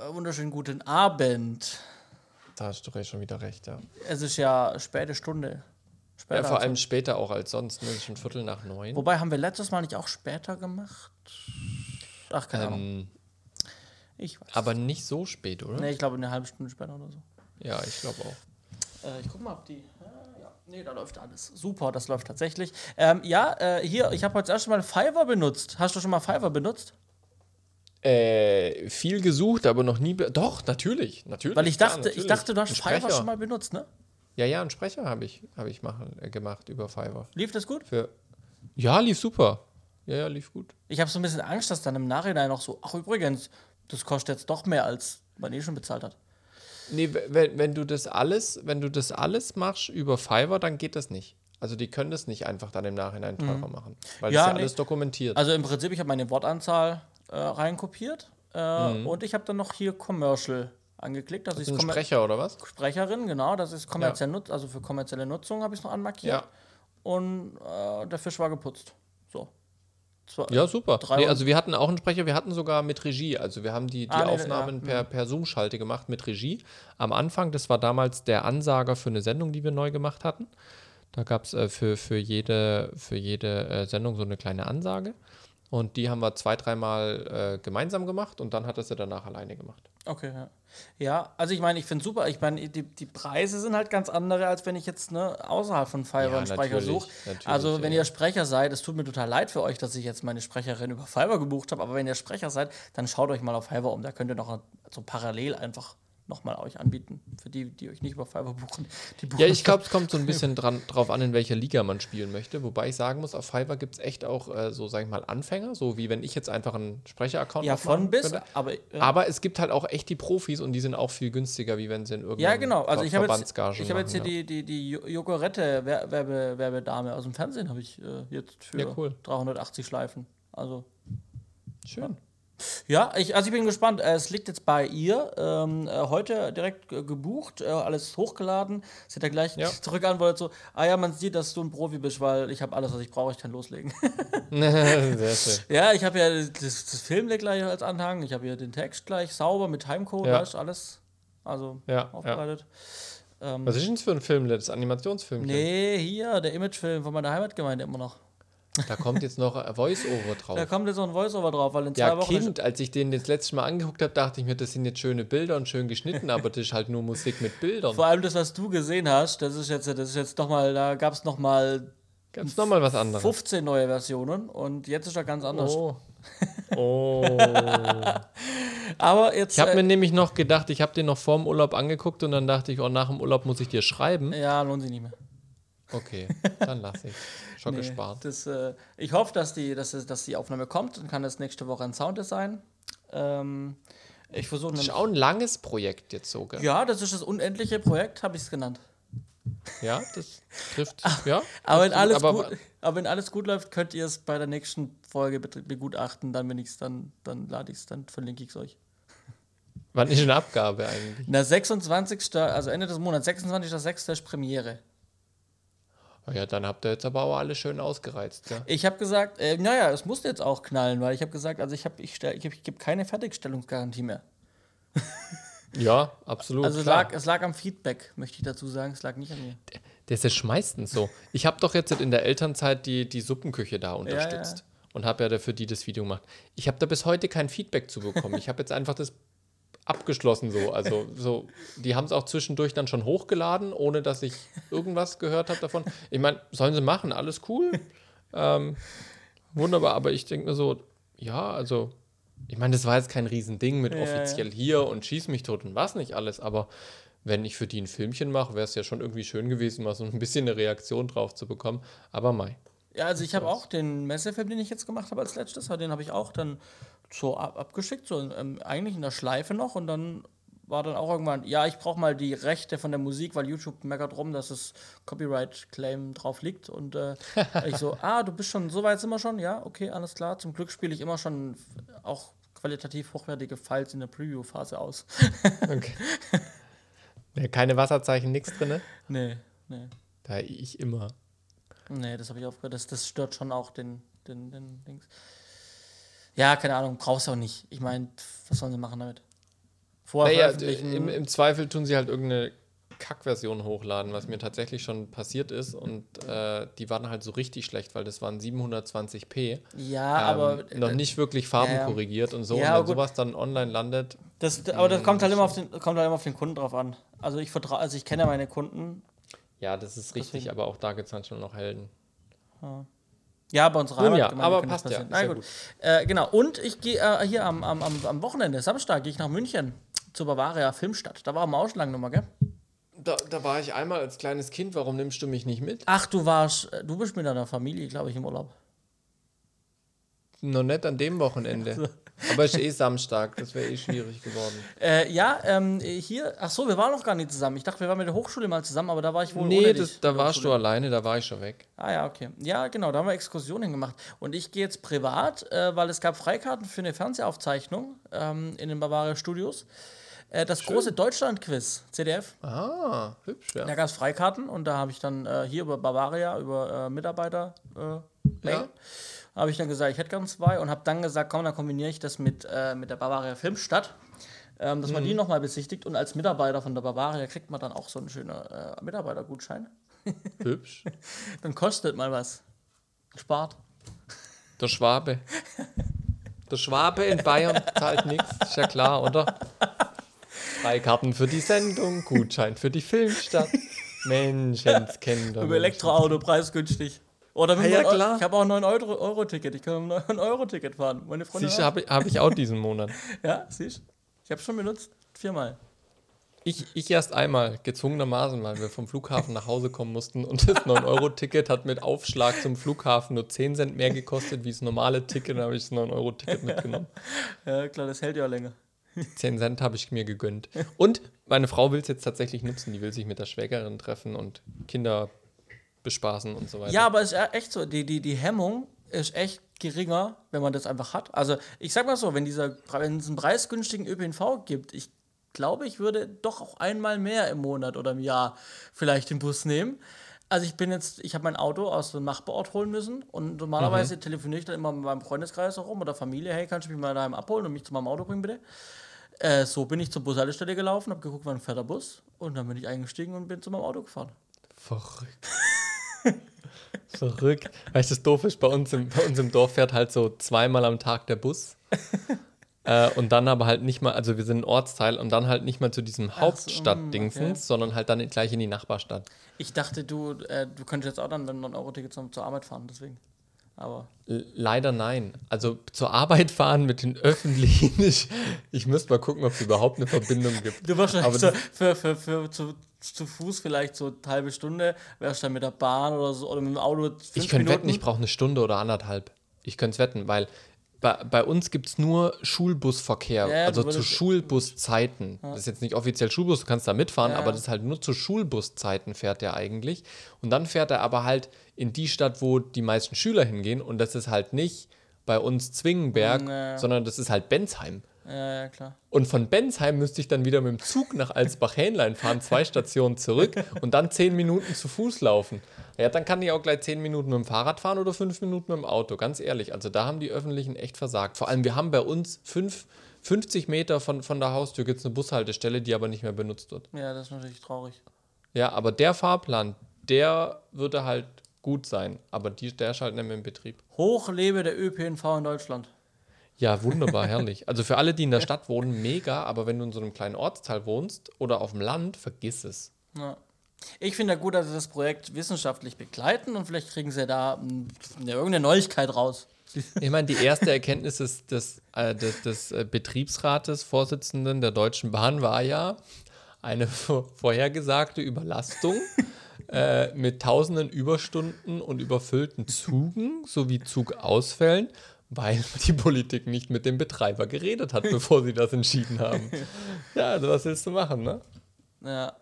Wunderschönen guten Abend. Da hast du schon wieder recht, ja. Es ist ja späte Stunde. Ja, vor allem später auch als sonst, ne? Es ist schon 8:45. Wobei, haben wir letztes Mal nicht auch später gemacht? Ach, keine Ahnung. Ich weiß. Aber nicht so spät, oder? Nee, ich glaube eine halbe Stunde später oder so. Ja, ich glaube auch. Ich guck mal, ob die... Ja, nee, da läuft alles. Super, das läuft tatsächlich. Hier, ich habe heute das erste Mal Fiverr benutzt. Hast du schon mal Fiverr benutzt? Viel gesucht, aber noch nie... Doch, natürlich. Weil ich dachte, natürlich. ich dachte, du hast Ein Fiverr schon mal benutzt, ne? Ja, einen Sprecher habe ich gemacht über Fiverr. Lief das gut? Ja, lief super. Ja, lief gut. Ich habe so ein bisschen Angst, dass dann im Nachhinein noch so, ach übrigens, das kostet jetzt doch mehr, als man schon bezahlt hat. Nee, wenn du das alles machst über Fiverr, dann geht das nicht. Also die können das nicht einfach dann im Nachhinein teurer machen. Weil das ist ja alles dokumentiert. Also im Prinzip, ich habe meine Wortanzahl reinkopiert und ich habe dann noch hier Commercial angeklickt. Das ist ein Sprecher oder was? Sprecherin, genau. Das ist kommerziell also für kommerzielle Nutzung habe ich es noch anmarkiert. Ja. Und der Fisch war geputzt. So. Ja, super. Nee, also wir hatten auch einen Sprecher, wir hatten sogar mit Regie. Also wir haben die Aufnahmen per Zoom-Schalte gemacht mit Regie. Am Anfang, das war damals der Ansager für eine Sendung, die wir neu gemacht hatten. Da gab es für jede Sendung so eine kleine Ansage. Und die haben wir 2-3 Mal gemeinsam gemacht und dann hat er sie danach alleine gemacht. Okay, ja. Ja, also ich meine, ich finde super. Ich meine, die Preise sind halt ganz andere, als wenn ich jetzt außerhalb von Fiverr einen Sprecher suche. Also wenn ihr Sprecher seid, es tut mir total leid für euch, dass ich jetzt meine Sprecherin über Fiverr gebucht habe, aber wenn ihr Sprecher seid, dann schaut euch mal auf Fiverr um. Da könnt ihr noch so parallel einfach nochmal euch anbieten. Für die euch nicht über Fiverr buchen. Ja, ich glaube, es kommt so ein bisschen drauf an, in welcher Liga man spielen möchte. Wobei ich sagen muss, auf Fiverr gibt es echt auch so, sag ich mal, Anfänger. So wie wenn ich jetzt einfach einen Sprecher-Account ja, von bis. Aber es gibt halt auch echt die Profis und die sind auch viel günstiger, wie wenn sie in irgendeiner Also ich habe jetzt hier ja. die Jogurette Werbedame aus dem Fernsehen habe ich jetzt für 380 Schleifen. Also schön. Ja, ich bin gespannt. Es liegt jetzt bei ihr. Heute direkt gebucht, alles hochgeladen. Sie hat ja gleich zurückgeantwortet so, man sieht, dass du ein Profi bist, weil ich habe alles, was ich brauche, ich kann loslegen. Sehr schön. Ja, ich habe ja das Filmlet gleich als Anhang, ich habe hier den Text gleich sauber mit Timecode, weißt, alles aufbereitet. Was ist denn das für ein Filmlet? Das Animationsfilm? Nee, hier, der Imagefilm von meiner Heimatgemeinde immer noch. Da kommt jetzt noch ein Voice-Over drauf. Da kommt jetzt noch ein Voice-Over drauf, weil in 2 Wochen... als ich den das letzte Mal angeguckt habe, dachte ich mir, das sind jetzt schöne Bilder und schön geschnitten, aber das ist halt nur Musik mit Bildern. Vor allem das, was du gesehen hast, das ist jetzt nochmal, da gab es nochmal was anderes. 15 neue Versionen und jetzt ist er ganz anders. Oh. Aber jetzt... Ich habe mir nämlich noch gedacht, ich habe den noch vor dem Urlaub angeguckt und dann dachte ich, nach dem Urlaub muss ich dir schreiben. Ja, lohnt sich nicht mehr. Okay, dann lasse ich. Schon gespart. Ich hoffe, dass die Aufnahme kommt und kann das nächste Woche ein Sounddesign. Ich versuche. Das ist auch ein langes Projekt jetzt sogar. Ja, das ist das unendliche Projekt, habe ich es genannt. Ja, das trifft. Ja. Aber wenn alles gut läuft, könnt ihr es bei der nächsten Folge begutachten. Dann, wenn ich es dann lade ich es, dann verlinke ich es euch. Wann ist eine Abgabe eigentlich? Na, 26. Also Ende des Monats, 26.06. ist Premiere. Ja, dann habt ihr jetzt aber auch alles schön ausgereizt. Ja? Ich habe gesagt, es muss jetzt auch knallen, weil ich habe gesagt, also ich gebe keine Fertigstellungsgarantie mehr. Ja, absolut. Also es lag am Feedback, möchte ich dazu sagen, es lag nicht an mir. Das ist meistens so. Ich habe doch jetzt in der Elternzeit die Suppenküche da unterstützt und habe ja für die das Video gemacht. Ich habe da bis heute kein Feedback zu bekommen. Ich habe jetzt einfach das abgeschlossen so. Also so, die haben es auch zwischendurch dann schon hochgeladen, ohne dass ich irgendwas gehört habe davon. Ich meine, sollen sie machen, alles cool. Wunderbar, aber ich denke mir so, ja, also, ich meine, das war jetzt kein Riesending mit offiziell hier und schieß mich tot und was nicht alles, aber wenn ich für die ein Filmchen mache, wäre es ja schon irgendwie schön gewesen, mal so ein bisschen eine Reaktion drauf zu bekommen. Aber mei. Ja, also ich habe auch den Messefilm, den ich jetzt gemacht habe als letztes, den habe ich auch dann so abgeschickt, so eigentlich in der Schleife noch und dann war dann auch irgendwann, ich brauche mal die Rechte von der Musik, weil YouTube meckert rum, dass es Copyright-Claim drauf liegt und ich so, du bist schon, so weit sind wir schon, ja, okay, alles klar, zum Glück spiele ich immer schon auch qualitativ hochwertige Files in der Preview-Phase aus. Okay. Ja, keine Wasserzeichen, nichts drin, ne? Nee. Da ich immer. Nee, das habe ich aufgehört, das stört schon auch den Dings. Ja, keine Ahnung, brauchst du auch nicht. Ich meine, was sollen sie machen damit? vorher im Zweifel tun sie halt irgendeine Kackversion hochladen, was mir tatsächlich schon passiert ist und die waren halt so richtig schlecht, weil das waren 720p. Ja, aber noch nicht wirklich farbenkorrigiert und so. Ja, und wenn sowas dann online landet. Aber das kommt halt immer auf den Kunden drauf an. Also ich kenne ja meine Kunden. Ja, das ist richtig, deswegen. Aber auch da gibt es manchmal noch Helden. Ja, bei unserer Heimat. Aber passt ja. Na gut. Genau. Und ich gehe hier am Wochenende, Samstag, gehe ich nach München zur Bavaria Filmstadt. Da war wir auch schon lange nochmal, gell? Da war ich einmal als kleines Kind. Warum nimmst du mich nicht mit? Ach, du bist mit deiner Familie, glaube ich, im Urlaub. Noch nicht an dem Wochenende. Also. Aber es ist Samstag, das wäre schwierig geworden. Hier, ach so, wir waren noch gar nicht zusammen. Ich dachte, wir waren mit der Hochschule mal zusammen, aber da war ich wohl ohne dich. Da warst du alleine, da war ich schon weg. Ah ja, okay. Ja, genau, da haben wir Exkursionen gemacht. Und ich gehe jetzt privat, weil es gab Freikarten für eine Fernsehaufzeichnung in den Bavaria Studios. Das große Deutschland-Quiz, ZDF. Ah, hübsch, ja. Da gab es Freikarten und da habe ich dann hier über Bavaria, über Mitarbeiter habe ich dann gesagt, ich hätte gern 2 und habe dann gesagt, komm, dann kombiniere ich das mit der Bavaria Filmstadt, dass man die nochmal besichtigt und als Mitarbeiter von der Bavaria kriegt man dann auch so einen schönen Mitarbeitergutschein. Hübsch. Dann kostet mal was. Spart. Der Schwabe. Der Schwabe in Bayern zahlt nichts, ist ja klar, oder? Freikarten für die Sendung, Gutschein für die Filmstadt. Menschenskinder. Über Elektroauto, preisgünstig. Oder klar. Ich habe auch ein 9-Euro-Ticket. Ich kann ein 9-Euro-Ticket fahren. Meine Freundin. Siehst du, hab ich auch diesen Monat. Ja, siehst du? Ich habe schon benutzt. 4-mal. Ich erst einmal, gezwungenermaßen, weil wir vom Flughafen nach Hause kommen mussten und das 9-Euro-Ticket hat mit Aufschlag zum Flughafen nur 10 Cent mehr gekostet wie das normale Ticket. Dann habe ich das 9-Euro-Ticket mitgenommen. Ja, klar, das hält ja länger. 10 Cent habe ich mir gegönnt. Und meine Frau will es jetzt tatsächlich nutzen. Die will sich mit der Schwägerin treffen und Kinder bespaßen und so weiter. Ja, aber es ist echt so. Die Hemmung ist echt geringer, wenn man das einfach hat. Also ich sag mal so, wenn es einen preisgünstigen ÖPNV gibt, ich glaube, ich würde doch auch einmal mehr im Monat oder im Jahr vielleicht den Bus nehmen. Also ich habe mein Auto aus dem Nachbarort holen müssen und normalerweise telefoniere ich dann immer mit meinem Freundeskreis herum oder Familie, hey, kannst du mich mal daheim abholen und mich zu meinem Auto bringen, bitte? So bin ich zur Bushaltestelle gelaufen, habe geguckt, wann fährt der Bus und dann bin ich eingestiegen und bin zu meinem Auto gefahren. Verrückt. Verrückt. Weißt du, das doof ist, bei uns im Dorf fährt halt so 2-mal am Tag der Bus. Und dann aber halt nicht mal, also wir sind ein Ortsteil und dann halt nicht mal zu diesem Hauptstadt-Dingsens, sondern halt dann gleich in die Nachbarstadt. Ich dachte, du könntest jetzt auch dann mit einem 9-Euro-Ticket zur Arbeit fahren, deswegen. Aber leider nein. Also zur Arbeit fahren mit den Öffentlichen, ich müsste mal gucken, ob es überhaupt eine Verbindung gibt. Du wahrscheinlich so zu Fuß vielleicht so eine halbe Stunde, wärst dann mit der Bahn oder so oder mit dem Auto 5 Minuten. Ich könnte wetten, ich brauche eine Stunde oder 1,5. Ich könnte es wetten, weil bei uns gibt es nur Schulbusverkehr, also zu Schulbuszeiten. Ja. Das ist jetzt nicht offiziell Schulbus, du kannst da mitfahren, aber das ist halt nur zu Schulbuszeiten fährt der eigentlich. Und dann fährt er aber halt in die Stadt, wo die meisten Schüler hingehen. Und das ist halt nicht bei uns Zwingenberg, sondern das ist halt Bensheim. Ja, klar. Und von Bensheim müsste ich dann wieder mit dem Zug nach Alsbach-Hähnlein fahren, 2 Stationen zurück und dann 10 Minuten zu Fuß laufen. Ja, dann kann ich auch gleich 10 Minuten mit dem Fahrrad fahren oder 5 Minuten mit dem Auto, ganz ehrlich. Also da haben die Öffentlichen echt versagt. Vor allem, wir haben bei uns 50 Meter von der Haustür gibt es eine Bushaltestelle, die aber nicht mehr benutzt wird. Ja, das ist natürlich traurig. Ja, aber der Fahrplan, der würde halt gut sein, aber der ist halt nicht mehr im Betrieb. Hoch lebe der ÖPNV in Deutschland. Ja, wunderbar, herrlich. Also für alle, die in der Stadt wohnen, mega, aber wenn du in so einem kleinen Ortsteil wohnst oder auf dem Land, vergiss es. Ja. Ich finde ja gut, dass sie das Projekt wissenschaftlich begleiten und vielleicht kriegen sie da irgendeine Neuigkeit raus. Ich meine, die erste Erkenntnis des Betriebsrates, Vorsitzenden der Deutschen Bahn war ja eine vorhergesagte Überlastung mit tausenden Überstunden und überfüllten Zügen sowie Zugausfällen, weil die Politik nicht mit dem Betreiber geredet hat, bevor sie das entschieden haben. Ja, also was willst du machen, ne? Ja.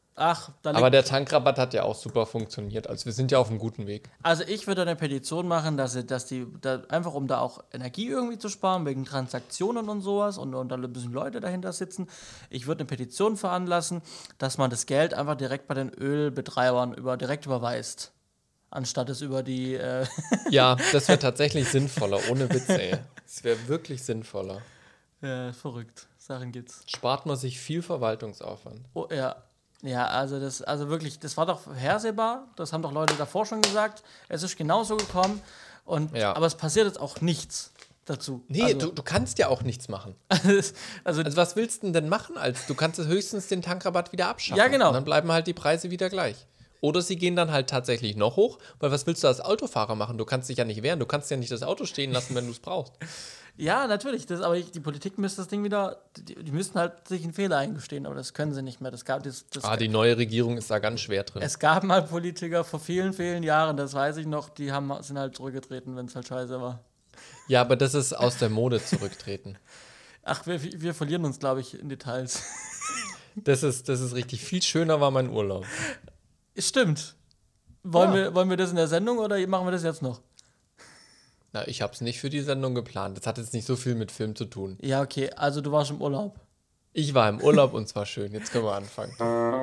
Aber der Tankrabatt hat ja auch super funktioniert. Also wir sind ja auf einem guten Weg. Also ich würde eine Petition machen, dass die einfach um da auch Energie irgendwie zu sparen, wegen Transaktionen und sowas und da müssen Leute dahinter sitzen. Ich würde eine Petition veranlassen, dass man das Geld einfach direkt bei den Ölbetreibern direkt überweist. Anstatt es über die... Ja, das wäre tatsächlich sinnvoller, ohne Witz, ey. Das wäre wirklich sinnvoller. Ja, verrückt. Sachen gibt's. Spart man sich viel Verwaltungsaufwand. Oh, ja. Ja, also wirklich, das war doch vorhersehbar. Das haben doch Leute davor schon gesagt. Es ist genauso gekommen. Aber es passiert jetzt auch nichts dazu. Nee, also, du kannst ja auch nichts machen. Also was willst du denn machen? Du kannst höchstens den Tankrabatt wieder abschaffen. Ja, genau. Und dann bleiben halt die Preise wieder gleich. Oder sie gehen dann halt tatsächlich noch hoch, weil was willst du als Autofahrer machen? Du kannst dich ja nicht wehren, du kannst ja nicht das Auto stehen lassen, wenn du es brauchst. Ja, natürlich, aber die Politik müsste das Ding wieder, die müssten halt sich einen Fehler eingestehen, aber das können sie nicht mehr. Die neue Regierung ist da ganz schwer drin. Es gab mal Politiker vor vielen, vielen Jahren, das weiß ich noch, die sind halt zurückgetreten, wenn es halt scheiße war. Ja, aber das ist aus der Mode zurücktreten. Ach, wir verlieren uns, glaube ich, in Details. Das ist richtig. Viel schöner war mein Urlaub. Stimmt. Wollen wir das in der Sendung oder machen wir das jetzt noch? Na, ich habe es nicht für die Sendung geplant. Das hat jetzt nicht so viel mit Film zu tun. Ja, okay. Also du warst im Urlaub. Ich war im Urlaub und zwar schön. Jetzt können wir anfangen.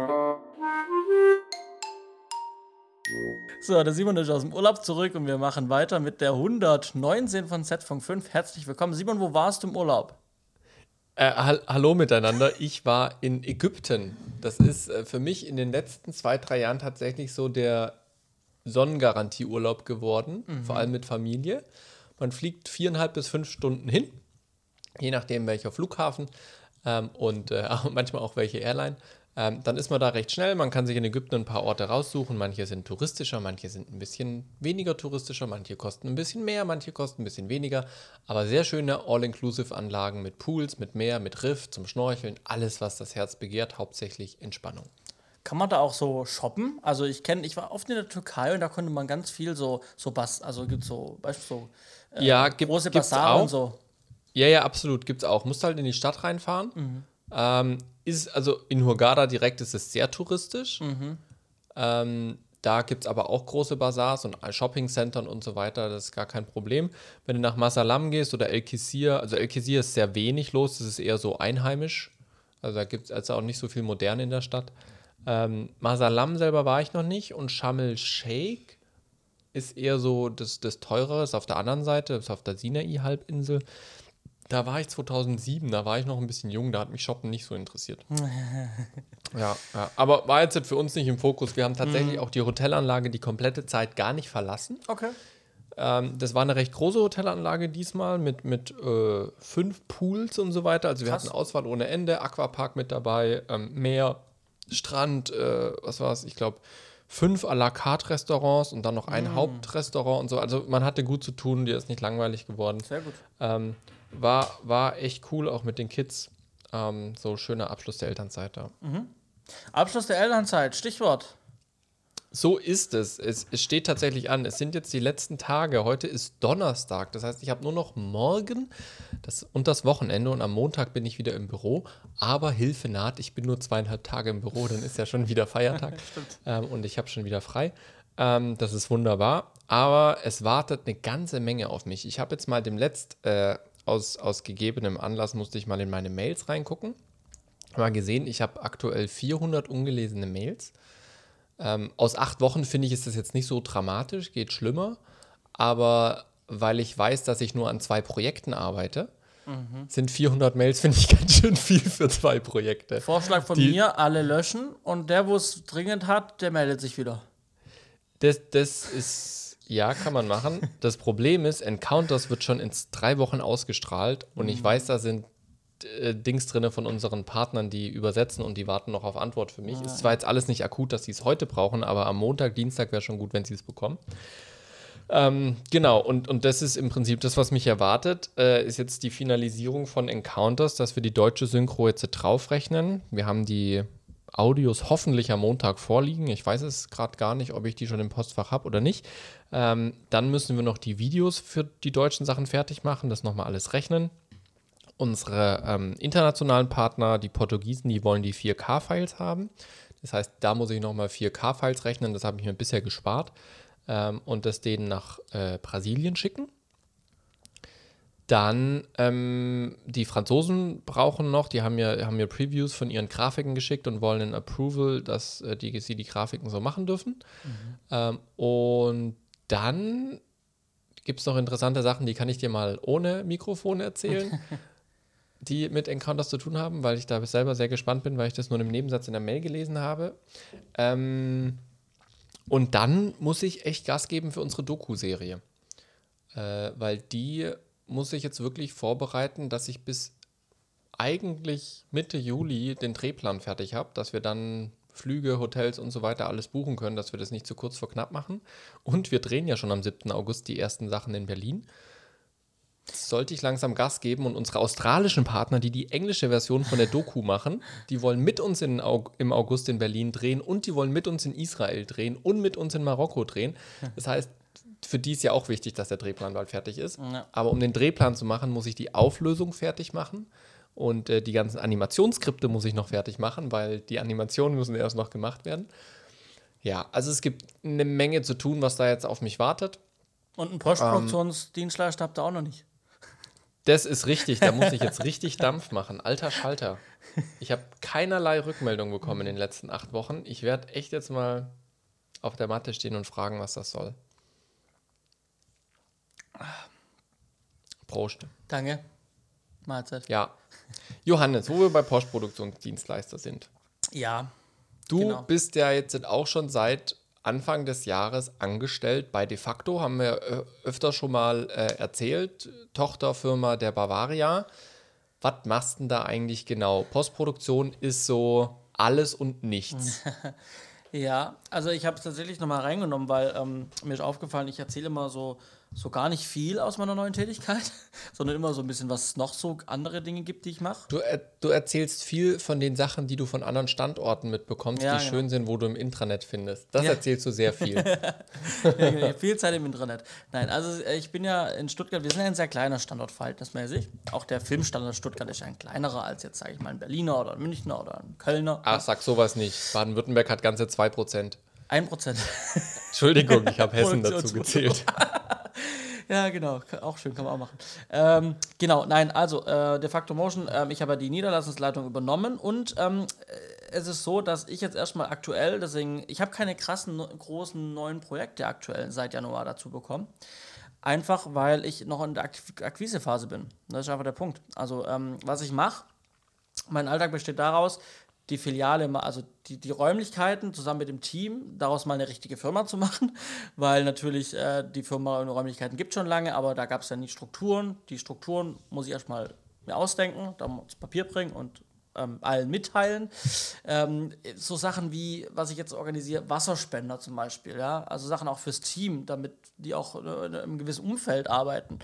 So, der Simon ist aus dem Urlaub zurück und wir machen weiter mit der 119 von Z-Funk 5. Herzlich willkommen. Simon, wo warst du im Urlaub? Hallo miteinander. Ich war in Ägypten. Das ist für mich in den letzten 2-3 Jahren tatsächlich so der Sonnengarantieurlaub geworden, vor allem mit Familie. Man fliegt 4,5 bis 5 Stunden hin, je nachdem welcher Flughafen und manchmal auch welche Airline. Dann ist man da recht schnell, man kann sich in Ägypten ein paar Orte raussuchen, manche sind touristischer, manche sind ein bisschen weniger touristischer, manche kosten ein bisschen mehr, manche kosten ein bisschen weniger, aber sehr schöne All-Inclusive-Anlagen mit Pools, mit Meer, mit Riff, zum Schnorcheln, alles, was das Herz begehrt, hauptsächlich Entspannung. Kann man da auch so shoppen? Also ich war oft in der Türkei und da konnte man ganz viel gibt so, große Bazare und so. Ja, absolut, gibt's auch. Musst halt in die Stadt reinfahren. Also in Hurghada direkt ist es sehr touristisch. Da gibt es aber auch große Bazars und Shoppingcentern und so weiter, das ist gar kein Problem. Wenn du nach Masalam gehst oder El Quisir, also El Quisir ist sehr wenig los, das ist eher so einheimisch. Also da gibt es also auch nicht so viel Moderne in der Stadt. Masalam selber war ich noch nicht und Sharm el-Sheikh ist eher so das Teurere, ist auf der anderen Seite, ist auf der Sinai-Halbinsel. Da war ich 2007, da war ich noch ein bisschen jung, da hat mich Shoppen nicht so interessiert. Ja, aber war jetzt für uns nicht im Fokus. Wir haben tatsächlich auch die Hotelanlage die komplette Zeit gar nicht verlassen. Okay. Das war eine recht große Hotelanlage diesmal mit 5 Pools und so weiter. Also wir hatten Auswahl ohne Ende, Aquapark mit dabei, Meer, Strand, was war es? Ich glaube 5 à la carte Restaurants und dann noch ein Hauptrestaurant und so. Also man hatte gut zu tun, dir ist nicht langweilig geworden. Sehr gut. War echt cool, auch mit den Kids. So schöner Abschluss der Elternzeit da. Abschluss der Elternzeit, Stichwort. So ist es. Es steht tatsächlich an. Es sind jetzt die letzten Tage. Heute ist Donnerstag. Das heißt, ich habe nur noch morgen und das Wochenende und am Montag bin ich wieder im Büro. Aber Hilfe naht, ich bin nur 2,5 Tage im Büro, dann ist ja schon wieder Feiertag. Und ich habe schon wieder frei. Das ist wunderbar. Aber es wartet eine ganze Menge auf mich. Ich habe jetzt mal aus gegebenem Anlass musste ich mal in meine Mails reingucken. Mal gesehen, ich habe aktuell 400 ungelesene Mails. Aus 8 Wochen finde ich, ist das jetzt nicht so dramatisch, geht schlimmer. Aber weil ich weiß, dass ich nur an 2 Projekten arbeite, sind 400 Mails, finde ich, ganz schön viel für 2 Projekte. Vorschlag von mir, alle löschen und der, wo es dringend hat, der meldet sich wieder. Das ist, ja, kann man machen. Das Problem ist, Encounters wird schon in 3 Wochen ausgestrahlt und ich weiß, da sind Dings drin von unseren Partnern, die übersetzen und die warten noch auf Antwort für mich. Ist zwar jetzt alles nicht akut, dass sie es heute brauchen, aber am Montag, Dienstag wäre schon gut, wenn sie es bekommen. Genau, und das ist im Prinzip das, was mich erwartet, ist jetzt die Finalisierung von Encounters, dass wir die deutsche Synchro jetzt draufrechnen. Wir haben die Audios hoffentlich am Montag vorliegen. Ich weiß es gerade gar nicht, ob ich die schon im Postfach habe oder nicht. Dann müssen wir noch die Videos für die deutschen Sachen fertig machen, das nochmal alles rechnen. Unsere internationalen Partner, die Portugiesen, die wollen die 4K-Files haben. Das heißt, da muss ich nochmal 4K-Files rechnen. Das habe ich mir bisher gespart. Und das denen nach Brasilien schicken. Dann die Franzosen brauchen noch, die haben mir Previews von ihren Grafiken geschickt und wollen ein Approval, dass sie die Grafiken so machen dürfen. Und dann gibt es noch interessante Sachen, die kann ich dir mal ohne Mikrofon erzählen. die mit Encounters zu tun haben, weil ich da selber sehr gespannt bin, weil ich das nur im Nebensatz in der Mail gelesen habe. Und dann muss ich echt Gas geben für unsere Doku-Serie. Weil die muss ich jetzt wirklich vorbereiten, dass ich bis eigentlich Mitte Juli den Drehplan fertig habe, dass wir dann Flüge, Hotels und so weiter alles buchen können, dass wir das nicht zu kurz vor knapp machen. Und wir drehen ja schon am 7. August die ersten Sachen in Berlin. Sollte ich langsam Gas geben und unsere australischen Partner, die die englische Version von der Doku machen, die wollen mit uns im August in Berlin drehen und die wollen mit uns in Israel drehen und mit uns in Marokko drehen. Das heißt, für die ist ja auch wichtig, dass der Drehplan bald fertig ist. Ja. Aber um den Drehplan zu machen, muss ich die Auflösung fertig machen. Und die ganzen Animationsskripte muss ich noch fertig machen, weil die Animationen müssen erst noch gemacht werden. Ja, also es gibt eine Menge zu tun, was da jetzt auf mich wartet. Und einen Postproduktionsdienstleister habt ihr auch noch nicht. Das ist richtig, da muss ich jetzt richtig Dampf machen. Alter Schalter. Ich habe keinerlei Rückmeldung bekommen in den letzten 8 Wochen. Ich werde echt jetzt mal auf der Matte stehen und fragen, was das soll. Prost. Danke. Mahlzeit. Ja. Johannes, wo wir bei Postproduktionsdienstleister sind. Ja. Du bist ja jetzt auch schon seit Anfang des Jahres angestellt bei De facto, haben wir öfter schon mal erzählt, Tochterfirma der Bavaria. Was machst du denn da eigentlich genau? Postproduktion ist so alles und nichts. Ja, also ich habe es tatsächlich nochmal reingenommen, weil mir ist aufgefallen, ich erzähle immer so gar nicht viel aus meiner neuen Tätigkeit, sondern immer so ein bisschen, was es noch so andere Dinge gibt, die ich mache. Du erzählst viel von den Sachen, die du von anderen Standorten mitbekommst, die schön sind, wo du im Intranet findest. Das erzählst du sehr viel. Ja, viel Zeit im Intranet. Nein, also ich bin ja in Stuttgart, wir sind ja ein sehr kleiner Standort verhältnismäßig. Auch der Filmstandort Stuttgart ist ja ein kleinerer als jetzt, sage ich mal, ein Berliner oder ein Münchner oder ein Kölner. Ach, sag sowas nicht. Baden-Württemberg hat ganze 2%. 1%. Entschuldigung, ich habe Hessen dazu gezählt. Ja, genau, auch schön, kann man auch machen. Genau, nein, also De facto Motion, ich habe ja die Niederlassungsleitung übernommen und es ist so, dass ich jetzt erstmal aktuell, deswegen, ich habe keine krassen, großen neuen Projekte aktuell seit Januar dazu bekommen. Einfach, weil ich noch in der Akquisephase bin. Das ist einfach der Punkt. Also, was ich mache, mein Alltag besteht daraus, die Filiale, also die Räumlichkeiten zusammen mit dem Team, daraus mal eine richtige Firma zu machen, weil natürlich die Firma und Räumlichkeiten gibt es schon lange, aber da gab es ja nie Strukturen. Die Strukturen muss ich erstmal mir ausdenken, dann ins Papier bringen und allen mitteilen. So Sachen wie, was ich jetzt organisiere, Wasserspender zum Beispiel, ja, also Sachen auch fürs Team, damit die auch in einem gewissen Umfeld arbeiten.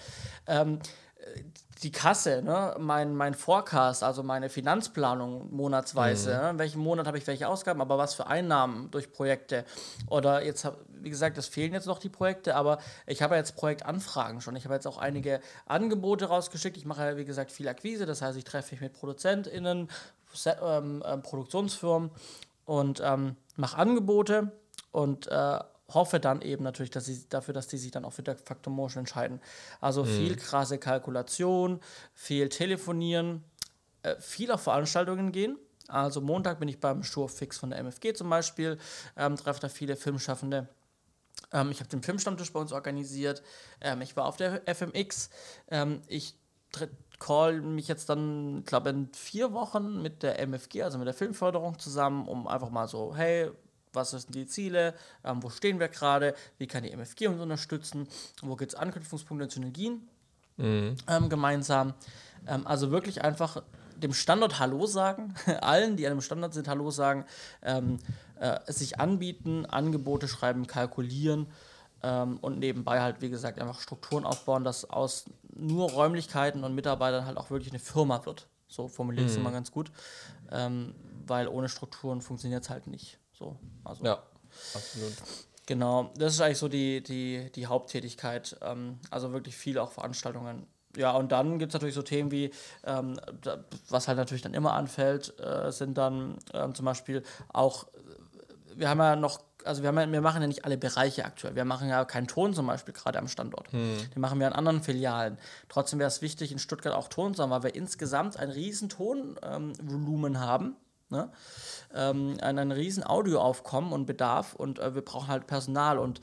Die Kasse, ne? mein Forecast, also meine Finanzplanung monatsweise, ne? Welchen Monat habe ich welche Ausgaben, aber was für Einnahmen durch Projekte. Oder jetzt, wie gesagt, es fehlen jetzt noch die Projekte, aber ich habe jetzt Projektanfragen schon. Ich habe jetzt auch einige Angebote rausgeschickt. Ich mache ja, wie gesagt, viel Akquise, das heißt, ich treffe mich mit ProduzentInnen, Produktionsfirmen und mache Angebote und hoffe dann eben natürlich, dass die sich dann auch für De facto Motion entscheiden. Also viel krasse Kalkulation, viel telefonieren, viel auf Veranstaltungen gehen. Also Montag bin ich beim Showfix von der MFG zum Beispiel, treffe da viele Filmschaffende. Ich habe den Filmstammtisch bei uns organisiert. Ich war auf der FMX. Ich call mich jetzt dann, ich glaube, in 4 Wochen mit der MFG, also mit der Filmförderung zusammen, um einfach mal so, hey, was sind die Ziele, wo stehen wir gerade, wie kann die MFG uns unterstützen, wo gibt es Anknüpfungspunkte und Synergien gemeinsam. Also wirklich einfach dem Standort Hallo sagen, allen, die an einem Standort sind, Hallo sagen, sich anbieten, Angebote schreiben, kalkulieren und nebenbei halt, wie gesagt, einfach Strukturen aufbauen, dass aus nur Räumlichkeiten und Mitarbeitern halt auch wirklich eine Firma wird. So formuliere ich es immer ganz gut, weil ohne Strukturen funktioniert es halt nicht. So, also. Ja, absolut. Genau, das ist eigentlich so die Haupttätigkeit. Also wirklich viele auch Veranstaltungen. Ja, und dann gibt es natürlich so Themen wie, was halt natürlich dann immer anfällt, sind dann zum Beispiel auch, wir machen ja nicht alle Bereiche aktuell. Wir machen ja keinen Ton zum Beispiel gerade am Standort. Den machen wir an anderen Filialen. Trotzdem wäre es wichtig, in Stuttgart auch Ton zu haben, weil wir insgesamt ein riesen Tonvolumen haben. Ne? Ein riesen Audioaufkommen und Bedarf und wir brauchen halt Personal und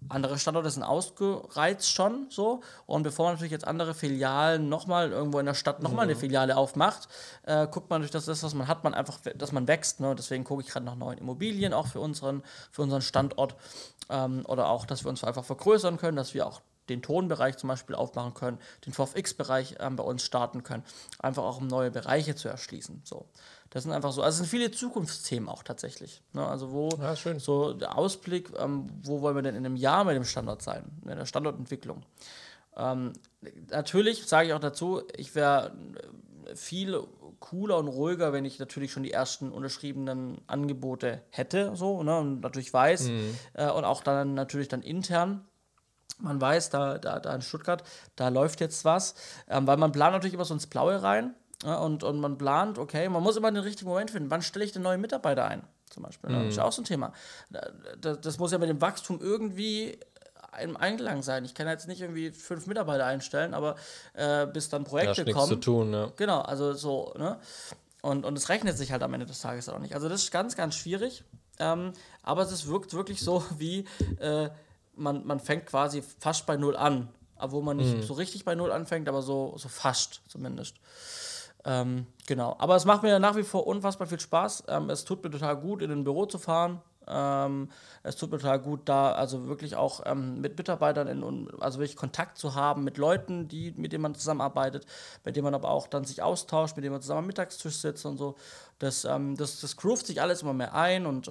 andere Standorte sind ausgereizt schon so. Und bevor man natürlich jetzt andere Filialen nochmal irgendwo in der Stadt nochmal eine Filiale aufmacht, guckt man natürlich, dass das, was man hat, dass man wächst. Ne? Deswegen gucke ich gerade nach neuen Immobilien auch für unseren Standort. Oder auch, dass wir uns einfach vergrößern können, dass wir auch den Tonbereich zum Beispiel aufmachen können, den VFX-Bereich bei uns starten können, einfach auch um neue Bereiche zu erschließen. So. Das sind einfach so, also es sind viele Zukunftsthemen auch tatsächlich. Ne? Also schön. So der Ausblick, wo wollen wir denn in einem Jahr mit dem Standort sein, in der Standortentwicklung. Natürlich sage ich auch dazu, ich wäre viel cooler und ruhiger, wenn ich natürlich schon die ersten unterschriebenen Angebote hätte, so, ne, und natürlich weiß, und auch dann natürlich dann intern, man weiß, da in Stuttgart, da läuft jetzt was, weil man plant natürlich immer so ins Blaue rein, ja, und man plant, okay, man muss immer den richtigen Moment finden, wann stelle ich den neuen Mitarbeiter ein, zum Beispiel, ne? Das ist auch so ein Thema. Das muss ja mit dem Wachstum irgendwie im Einklang sein. Ich kann jetzt nicht irgendwie 5 Mitarbeiter einstellen, aber bis dann Projekte kommen. Nichts zu tun, ne? Genau, also so, ne? Und es rechnet sich halt am Ende des Tages auch nicht. Also das ist ganz, ganz schwierig. Aber es wirkt wirklich so, wie man fängt quasi fast bei Null an. Obwohl man nicht so richtig bei Null anfängt, aber so fast zumindest. Genau. Aber es macht mir nach wie vor unfassbar viel Spaß. Es tut mir total gut, in ein Büro zu fahren. Es tut mir total gut, da also wirklich auch mit Mitarbeitern also wirklich Kontakt zu haben mit Leuten, mit denen man zusammenarbeitet, mit denen man aber auch dann sich austauscht, mit denen man zusammen am Mittagstisch sitzt und so. Das groovt sich alles immer mehr ein und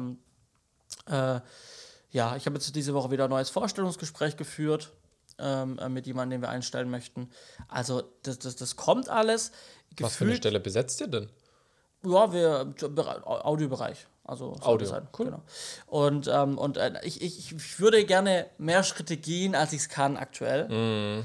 ja, ich habe jetzt diese Woche wieder ein neues Vorstellungsgespräch geführt mit jemandem, den wir einstellen möchten. Also das kommt alles. Was für eine Stelle besetzt ihr denn? Ja, Audiobereich. Also Audio, sein. cool. Genau. Und ich würde gerne mehr Schritte gehen, als ich es kann aktuell.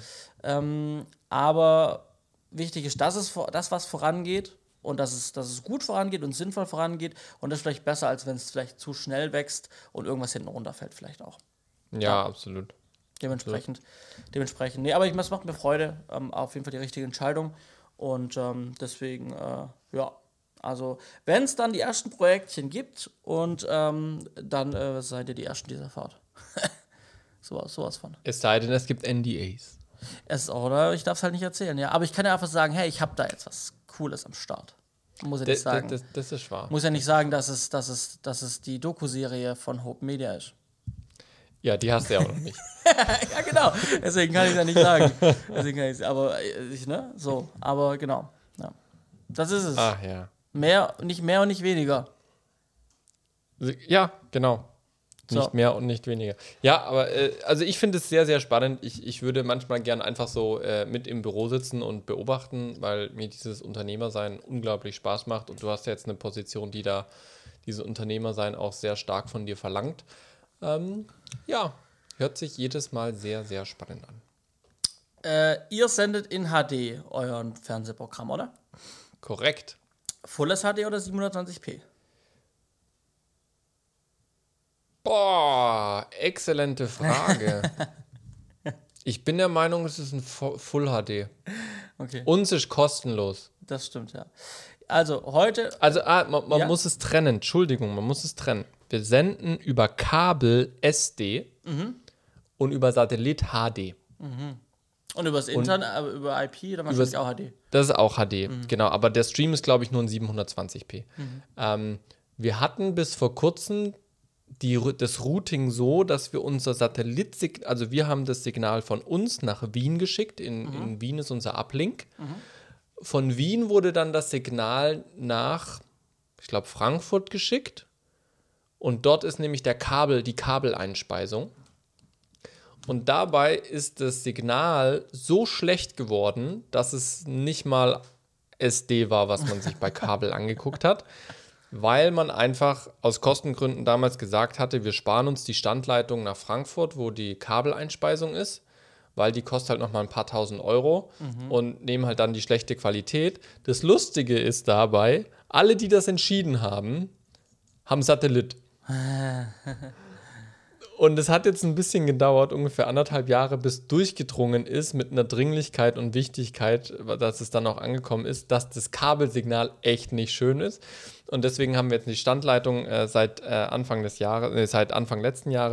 Aber wichtig ist, dass das, was vorangeht und dass es gut vorangeht und sinnvoll vorangeht und das ist vielleicht besser, als wenn es vielleicht zu schnell wächst und irgendwas hinten runterfällt vielleicht auch. Ja, absolut. Dementsprechend. Nee, aber es macht mir Freude. Auf jeden Fall die richtige Entscheidung. Und deswegen, ja. Also, wenn es dann die ersten Projektchen gibt und dann seid ihr die Ersten dieser Fahrt. sowas von. Es sei denn, es gibt NDAs. Oder ich darf es halt nicht erzählen, ja. Aber ich kann ja einfach sagen, hey, ich habe da jetzt was Cooles am Start. Muss ja nicht sagen. Das ist wahr. Muss ja nicht sagen, dass es die Doku-Serie von Hope Media ist. Ja, die hast du ja auch noch nicht. Ja, genau. Deswegen kann ich es ja nicht sagen. Aber genau. Ja. Das ist es. Ach ja. Nicht mehr und nicht weniger. Ja, genau. So. Nicht mehr und nicht weniger. Ja, aber also ich finde es sehr, sehr spannend. Ich würde manchmal gern einfach so mit im Büro sitzen und beobachten, weil mir dieses Unternehmersein unglaublich Spaß macht. Und du hast ja jetzt eine Position, die da dieses Unternehmersein auch sehr stark von dir verlangt. Ja, hört sich jedes Mal sehr, sehr spannend an. Ihr sendet in HD euren Fernsehprogramm, oder? Korrekt. Fulles HD oder 720p? Boah, exzellente Frage. Ich bin der Meinung, es ist ein Full HD. Okay. Uns ist kostenlos. Das stimmt, ja. Also heute... Man muss es trennen. Entschuldigung, man muss es trennen. Wir senden über Kabel SD und über Satellit HD. Und übers Internet, über IP, dann wahrscheinlich auch HD. Das ist auch HD, genau. Aber der Stream ist, glaube ich, nur in 720p. Wir hatten bis vor kurzem das Routing so, dass wir unser Satellitssignal, also wir haben das Signal von uns nach Wien geschickt. In Wien ist unser Uplink. Von Wien wurde dann das Signal nach, ich glaube, Frankfurt geschickt. Und dort ist nämlich die Kabeleinspeisung. Und dabei ist das Signal so schlecht geworden, dass es nicht mal SD war, was man sich bei Kabel angeguckt hat, weil man einfach aus Kostengründen damals gesagt hatte, wir sparen uns die Standleitung nach Frankfurt, wo die Kabeleinspeisung ist, weil die kostet halt nochmal ein paar tausend Euro und nehmen halt dann die schlechte Qualität. Das Lustige ist dabei, alle, die das entschieden haben Satellit. Und es hat jetzt ein bisschen gedauert, ungefähr 1,5 Jahre, bis durchgedrungen ist mit einer Dringlichkeit und Wichtigkeit, dass es dann auch angekommen ist, dass das Kabelsignal echt nicht schön ist. Und deswegen haben wir jetzt die Standleitung seit Anfang letzten Jahres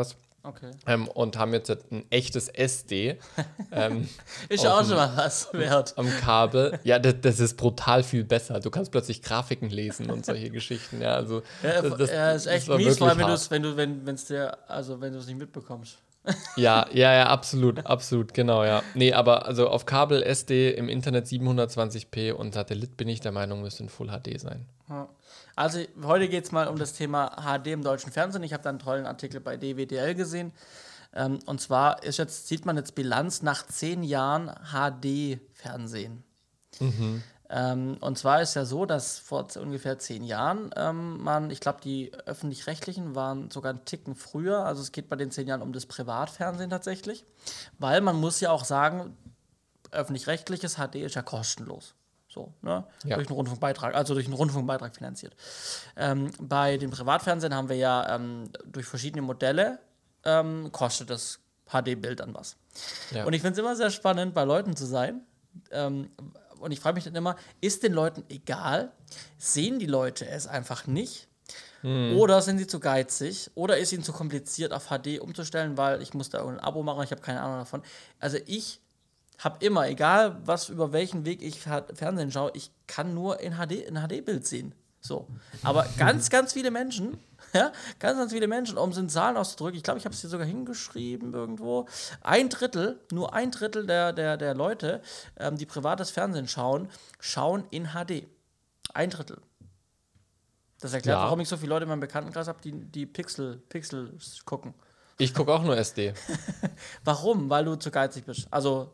Okay. Und haben jetzt ein echtes SD. Ist auch schon mal was wert. Am Kabel. Ja, das ist brutal viel besser. Du kannst plötzlich Grafiken lesen und solche Geschichten. Ja, also ist echt mies, vor allem wenn du es nicht mitbekommst. Ja, absolut, genau, ja. Nee, aber also auf Kabel SD im Internet 720p und Satellit bin ich der Meinung, müsste in Full HD sein. Ja. Also heute geht es mal um das Thema HD im deutschen Fernsehen. Ich habe da einen tollen Artikel bei DWDL gesehen. Und zwar sieht man jetzt Bilanz nach 10 Jahren HD-Fernsehen. Mhm. Und zwar ist ja so, dass vor ungefähr 10 Jahren ich glaube, die Öffentlich-Rechtlichen waren sogar einen Ticken früher, also es geht bei den 10 Jahren um das Privatfernsehen tatsächlich, weil man muss ja auch sagen, öffentlich-rechtliches HD ist ja kostenlos. So, ne? Ja. Durch einen Rundfunkbeitrag finanziert. Bei den Privatfernsehen haben wir ja durch verschiedene Modelle kostet das HD-Bild dann was. Ja. Und ich finde es immer sehr spannend, bei Leuten zu sein, und ich frage mich dann immer, ist den Leuten egal? Sehen die Leute es einfach nicht? Oder sind sie zu geizig? Oder ist ihnen zu kompliziert, auf HD umzustellen, weil ich muss da ein Abo machen, ich habe keine Ahnung davon. Also ich habe immer, egal über welchen Weg ich Fernsehen schaue, ich kann nur in HD-Bild sehen. So. Aber ganz, ganz viele Menschen, ja, um es in Zahlen auszudrücken, ich glaube, ich habe es hier sogar hingeschrieben irgendwo, nur ein Drittel der Leute, die privates Fernsehen schauen in HD. Ein Drittel. Das erklärt, warum ich so viele Leute in meinem Bekanntenkreis habe, die Pixel gucken. Ich gucke auch nur SD. Warum? Weil du zu geizig bist. Also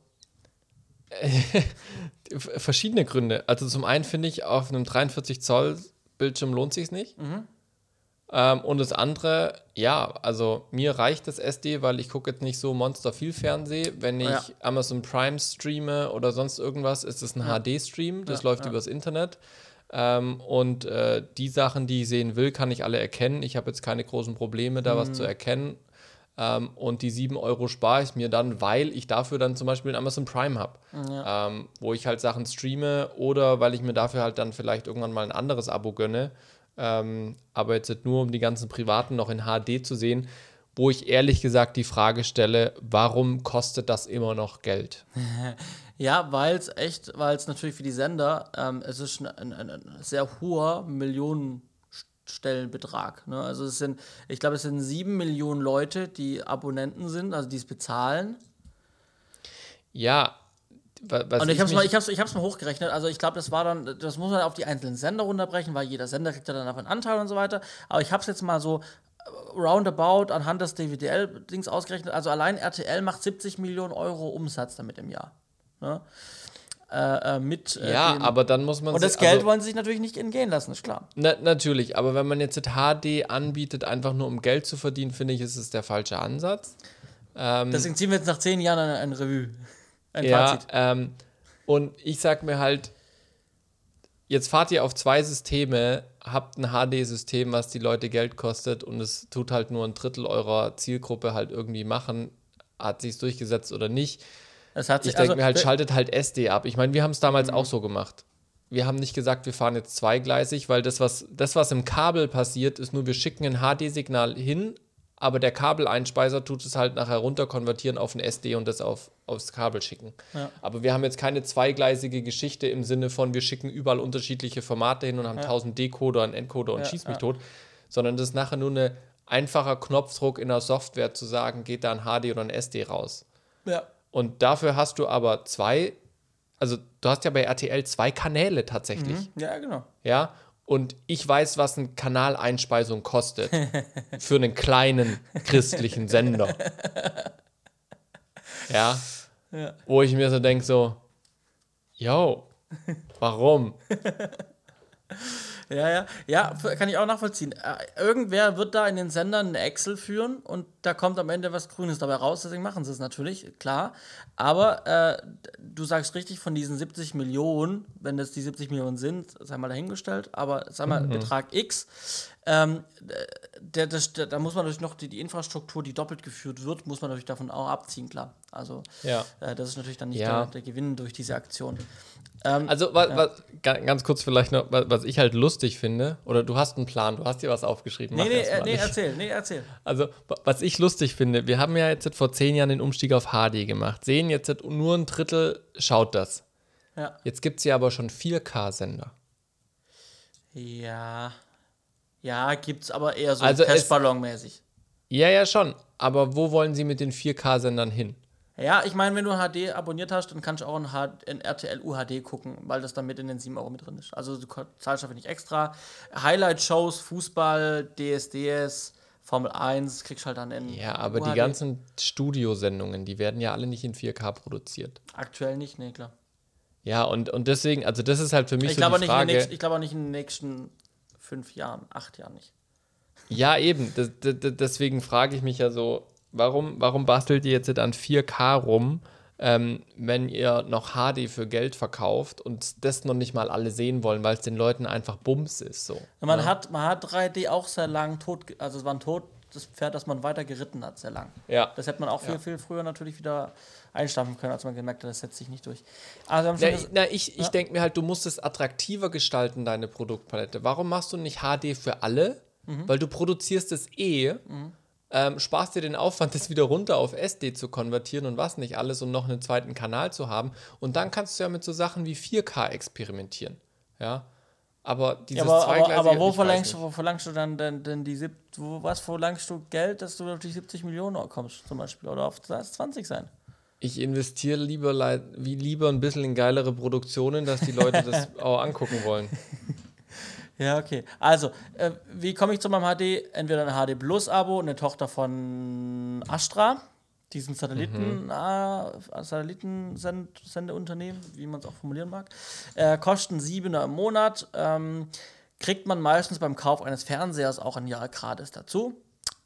verschiedene Gründe. Also zum einen finde ich, auf einem 43 Zoll Bildschirm lohnt sich nicht. Und das andere, also mir reicht das SD, weil ich gucke jetzt nicht so monster viel Fernsehen. Wenn ich Amazon Prime streame oder sonst irgendwas, ist es ein HD-Stream. Das läuft übers Internet. Und die Sachen, die ich sehen will, kann ich alle erkennen. Ich habe jetzt keine großen Probleme, da was zu erkennen. Und die 7 € spare ich mir dann, weil ich dafür dann zum Beispiel Amazon Prime habe, wo ich halt Sachen streame oder weil ich mir dafür halt dann vielleicht irgendwann mal ein anderes Abo gönne. Aber jetzt nur, um die ganzen Privaten noch in HD zu sehen, wo ich ehrlich gesagt die Frage stelle, warum kostet das immer noch Geld? Ja, weil es natürlich für die Sender, es ist ein sehr hoher Millionenstellenbetrag. Ne? Also ich glaube, es sind 7 Millionen Leute, die Abonnenten sind, also die es bezahlen. Ja, und ich hab's mal hochgerechnet, also ich glaube, das muss man auf die einzelnen Sender runterbrechen, weil jeder Sender kriegt ja dann einen Anteil und so weiter. Aber ich habe es jetzt mal so roundabout anhand des DWDL-Dings ausgerechnet. Also allein RTL macht 70 Millionen Euro Umsatz damit im Jahr. Ne? Aber dann muss man und das Geld wollen sie sich natürlich nicht entgehen lassen, ist klar. Natürlich, aber wenn man jetzt HD anbietet, einfach nur um Geld zu verdienen, finde ich, ist es der falsche Ansatz. Deswegen ziehen wir jetzt nach 10 Jahren ein Revue. Ein Fazit. Und ich sag mir halt, jetzt fahrt ihr auf 2 Systeme, habt ein HD-System, was die Leute Geld kostet und es tut halt nur ein Drittel eurer Zielgruppe halt irgendwie machen. Hat sich's durchgesetzt oder nicht? Ich denke mir halt, schaltet halt SD ab. Ich meine, wir haben es damals auch so gemacht. Wir haben nicht gesagt, wir fahren jetzt zweigleisig, weil das, was im Kabel passiert, ist nur, wir schicken ein HD-Signal hin, aber der Kabeleinspeiser tut es halt nachher runterkonvertieren auf ein SD und das aufs Kabel schicken. Ja. Aber wir haben jetzt keine zweigleisige Geschichte im Sinne von, wir schicken überall unterschiedliche Formate hin und haben 1000 Decoder, einen Encoder und schieß mich tot, sondern das ist nachher nur ein einfacher Knopfdruck in der Software zu sagen, geht da ein HD oder ein SD raus. Ja. Und dafür hast du aber du hast ja bei RTL 2 Kanäle tatsächlich. Ja, genau. Ja, und ich weiß, was eine Kanaleinspeisung kostet für einen kleinen christlichen Sender. Ja. Wo ich mir so denke, warum? Ja, kann ich auch nachvollziehen. Irgendwer wird da in den Sendern eine Excel führen und da kommt am Ende was Grünes dabei raus, deswegen machen sie es natürlich, klar. Aber du sagst richtig, von diesen 70 Millionen, wenn das die 70 Millionen sind, sei mal dahingestellt, aber sag mal Betrag X, Da muss man natürlich noch die Infrastruktur, die doppelt geführt wird, muss man natürlich davon auch abziehen, klar. Also das ist natürlich dann nicht der Gewinn durch diese Aktion. Ganz kurz vielleicht noch, was ich halt lustig finde, oder du hast einen Plan, du hast dir was aufgeschrieben. Erzähl. Also, was ich lustig finde, wir haben ja jetzt vor 10 Jahren den Umstieg auf HD gemacht, sehen jetzt nur ein Drittel schaut das. Ja. Jetzt gibt es ja aber schon 4K-Sender. Ja, gibt's aber eher so Testballon-mäßig. Ja, schon. Aber wo wollen sie mit den 4K-Sendern hin? Ja, ich meine, wenn du HD abonniert hast, dann kannst du auch in RTL UHD gucken, weil das dann mit in den 7 € mit drin ist. Also du zahlst dafür nicht extra. Highlight-Shows, Fußball, DSDS, Formel 1, kriegst halt dann in Ja, aber UHD. Die ganzen Studiosendungen, die werden ja alle nicht in 4K produziert. Aktuell nicht, nee, klar. Ja, und deswegen, also das ist halt für mich so die Frage. Ich glaube auch nicht in den nächsten 5 Jahren, 8 Jahren nicht. Ja, eben. Deswegen frage ich mich ja so, warum bastelt ihr jetzt an 4K rum, wenn ihr noch HD für Geld verkauft und das noch nicht mal alle sehen wollen, weil es den Leuten einfach Bums ist. So. Man hat 3D auch sehr lang also es war ein totes Pferd, das man weiter geritten hat, sehr lang. Ja. Das hätte man auch viel früher natürlich wieder einstampfen können, als man gemerkt hat, das setzt sich nicht durch. Also ich denke mir halt, du musst es attraktiver gestalten, deine Produktpalette. Warum machst du nicht HD für alle? Weil du produzierst es sparst dir den Aufwand, das wieder runter auf SD zu konvertieren und was nicht alles und noch einen zweiten Kanal zu haben. Und dann kannst du ja mit so Sachen wie 4K experimentieren. Ja. Aber dieses aber wo verlangst du dann denn wo verlangst du Geld, dass du auf die 70 Millionen kommst, zum Beispiel? Oder auf 20 sein? Ich investiere lieber ein bisschen in geilere Produktionen, dass die Leute das auch angucken wollen. Ja, okay. Also, wie komme ich zu meinem HD? Entweder ein HD Plus Abo, eine Tochter von Astra, diesen Satellitensendeunternehmen, wie man es auch formulieren mag. Kosten 7er im Monat. Kriegt man meistens beim Kauf eines Fernsehers auch ein Jahr gratis dazu.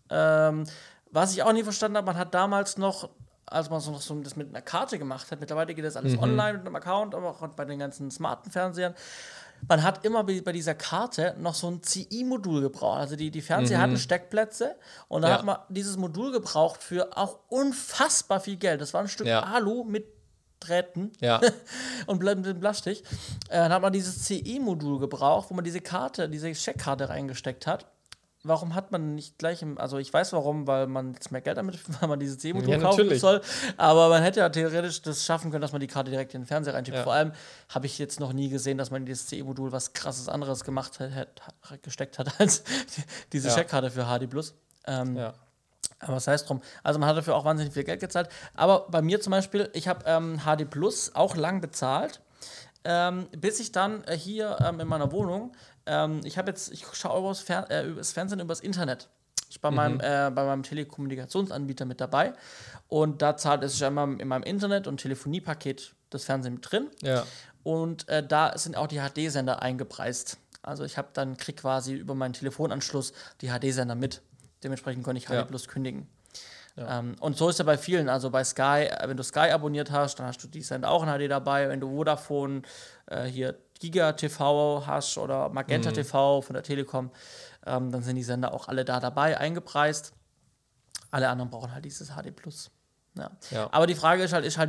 Was ich auch nie verstanden habe, man hat damals noch, als man noch so das mit einer Karte gemacht hat, mittlerweile geht das alles online mit einem Account, aber auch bei den ganzen smarten Fernsehern. Man hat immer bei dieser Karte noch so ein CI-Modul gebraucht. Also die Fernseher hatten Steckplätze und da hat man dieses Modul gebraucht für auch unfassbar viel Geld. Das war ein Stück Alu mit Drähten und mit Plastik. Dann hat man dieses CI-Modul gebraucht, wo man diese Steckkarte reingesteckt hat. Warum hat man nicht gleich also ich weiß warum, weil man jetzt mehr Geld damit, weil man dieses C-Modul kaufen soll, aber man hätte ja theoretisch das schaffen können, dass man die Karte direkt in den Fernseher reinschiebt. Ja. Vor allem habe ich jetzt noch nie gesehen, dass man in dieses C-Modul was krasses anderes gesteckt hat als diese Checkkarte für HD+. Aber was heißt drum? Also man hat dafür auch wahnsinnig viel Geld gezahlt. Aber bei mir zum Beispiel, ich habe HD Plus auch lang bezahlt, bis ich dann hier in meiner Wohnung ich schaue das Fernsehen übers Internet. Ich bin bei meinem Telekommunikationsanbieter mit dabei und da ist es einmal in meinem Internet- und Telefoniepaket das Fernsehen mit drin. Ja. Und da sind auch die HD-Sender eingepreist. Also ich krieg quasi über meinen Telefonanschluss die HD-Sender mit. Dementsprechend konnte ich HD Plus kündigen. Ja. Und so ist ja bei vielen, also bei Sky, wenn du Sky abonniert hast, dann hast du die Sender auch in HD dabei. Wenn du Vodafone hier Giga TV hast oder Magenta TV von der Telekom, dann sind die Sender auch alle da dabei, eingepreist. Alle anderen brauchen halt dieses HD+. Ja. Ja. Aber die Frage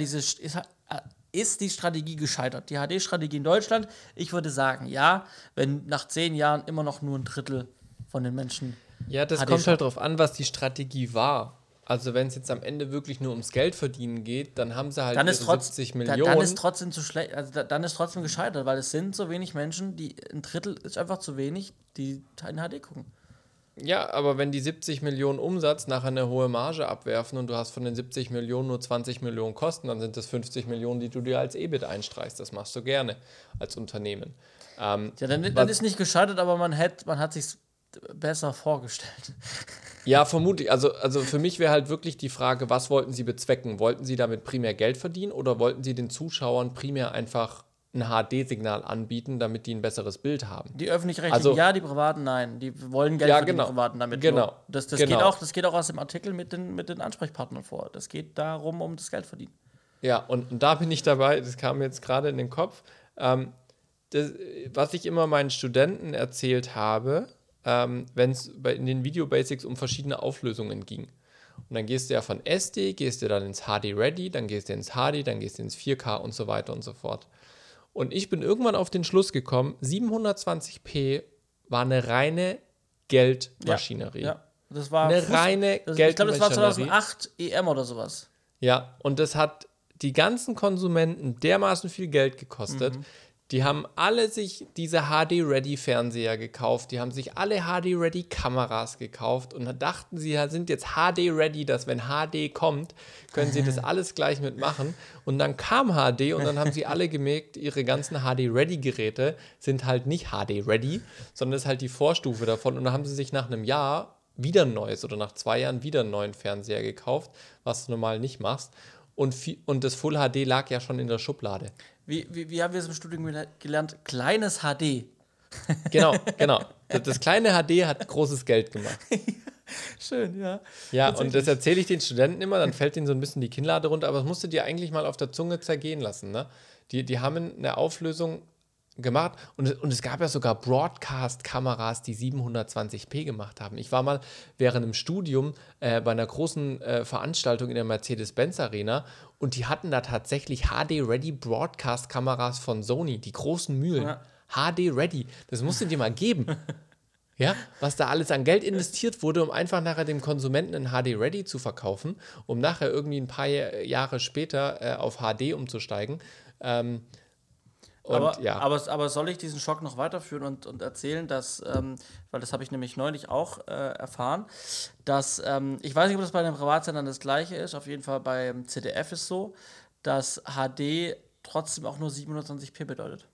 ist die Strategie gescheitert? Die HD-Strategie in Deutschland? Ich würde sagen, ja, wenn nach 10 Jahren immer noch nur ein Drittel von den Menschen das kommt halt drauf an, was die Strategie war. Also wenn es jetzt am Ende wirklich nur ums Geld verdienen geht, dann haben sie halt 70 Millionen. Dann ist trotzdem zu schlecht, also dann ist trotzdem gescheitert, weil es sind so wenig Menschen, ein Drittel ist einfach zu wenig, die in HD gucken. Ja, aber wenn die 70 Millionen Umsatz nachher eine hohe Marge abwerfen und du hast von den 70 Millionen nur 20 Millionen Kosten, dann sind das 50 Millionen, die du dir als EBIT einstreichst. Das machst du gerne als Unternehmen. Dann ist nicht gescheitert, aber man hat sich besser vorgestellt. Ja, vermutlich. Also für mich wäre halt wirklich die Frage, was wollten sie bezwecken? Wollten sie damit primär Geld verdienen oder wollten sie den Zuschauern primär einfach ein HD-Signal anbieten, damit die ein besseres Bild haben? Die Öffentlich-Rechtlichen ja, die Privaten nein. Die wollen Geld verdienen, die Privaten damit. Genau. Das geht auch aus dem Artikel mit den Ansprechpartnern vor. Das geht darum, um das Geld verdienen. Ja, und da bin ich dabei, das kam jetzt gerade in den Kopf. Was ich immer meinen Studenten erzählt habe, wenn es in den Video-Basics um verschiedene Auflösungen ging. Und dann gehst du ja von SD, gehst du dann ins HD Ready, dann gehst du ins HD, dann gehst du ins 4K und so weiter und so fort. Und ich bin irgendwann auf den Schluss gekommen, 720p war eine reine Geldmaschinerie. Ja. Das war eine reine Geldmaschinerie. Ich glaube, das war 2008 EM oder sowas. Ja, und das hat die ganzen Konsumenten dermaßen viel Geld gekostet. Die haben alle sich diese HD-Ready-Fernseher gekauft, die haben sich alle HD-Ready-Kameras gekauft und dann dachten sie, sind jetzt HD-Ready, dass wenn HD kommt, können sie das alles gleich mitmachen. Und dann kam HD und dann haben sie alle gemerkt, ihre ganzen HD-Ready-Geräte sind halt nicht HD-Ready, sondern das ist halt die Vorstufe davon. Und dann haben sie sich nach einem Jahr wieder ein neues oder nach 2 Jahren wieder einen neuen Fernseher gekauft, was du normal nicht machst. Und das Full HD lag ja schon in der Schublade. Wie haben wir es im Studium gelernt? Kleines HD. Genau. Das kleine HD hat großes Geld gemacht. Schön, ja. Ja, und das erzähle ich den Studenten immer, dann fällt ihnen so ein bisschen die Kinnlade runter, aber das musst du dir eigentlich mal auf der Zunge zergehen lassen. Ne? Die haben eine Auflösung gemacht und es gab ja sogar Broadcast-Kameras, die 720p gemacht haben. Ich war mal während dem Studium bei einer großen Veranstaltung in der Mercedes-Benz-Arena und die hatten da tatsächlich HD-Ready Broadcast-Kameras von Sony, die großen Mühlen. Ja. HD-Ready, das musst du dir mal geben. Ja, was da alles an Geld investiert wurde, um einfach nachher dem Konsumenten ein HD-Ready zu verkaufen, um nachher irgendwie ein paar Jahre später auf HD umzusteigen. Aber soll ich diesen Schock noch weiterführen und erzählen, dass, weil das habe ich nämlich neulich auch erfahren, dass, ich weiß nicht, ob das bei den Privatsendern das gleiche ist, auf jeden Fall beim ZDF ist so, dass HD trotzdem auch nur 720p bedeutet.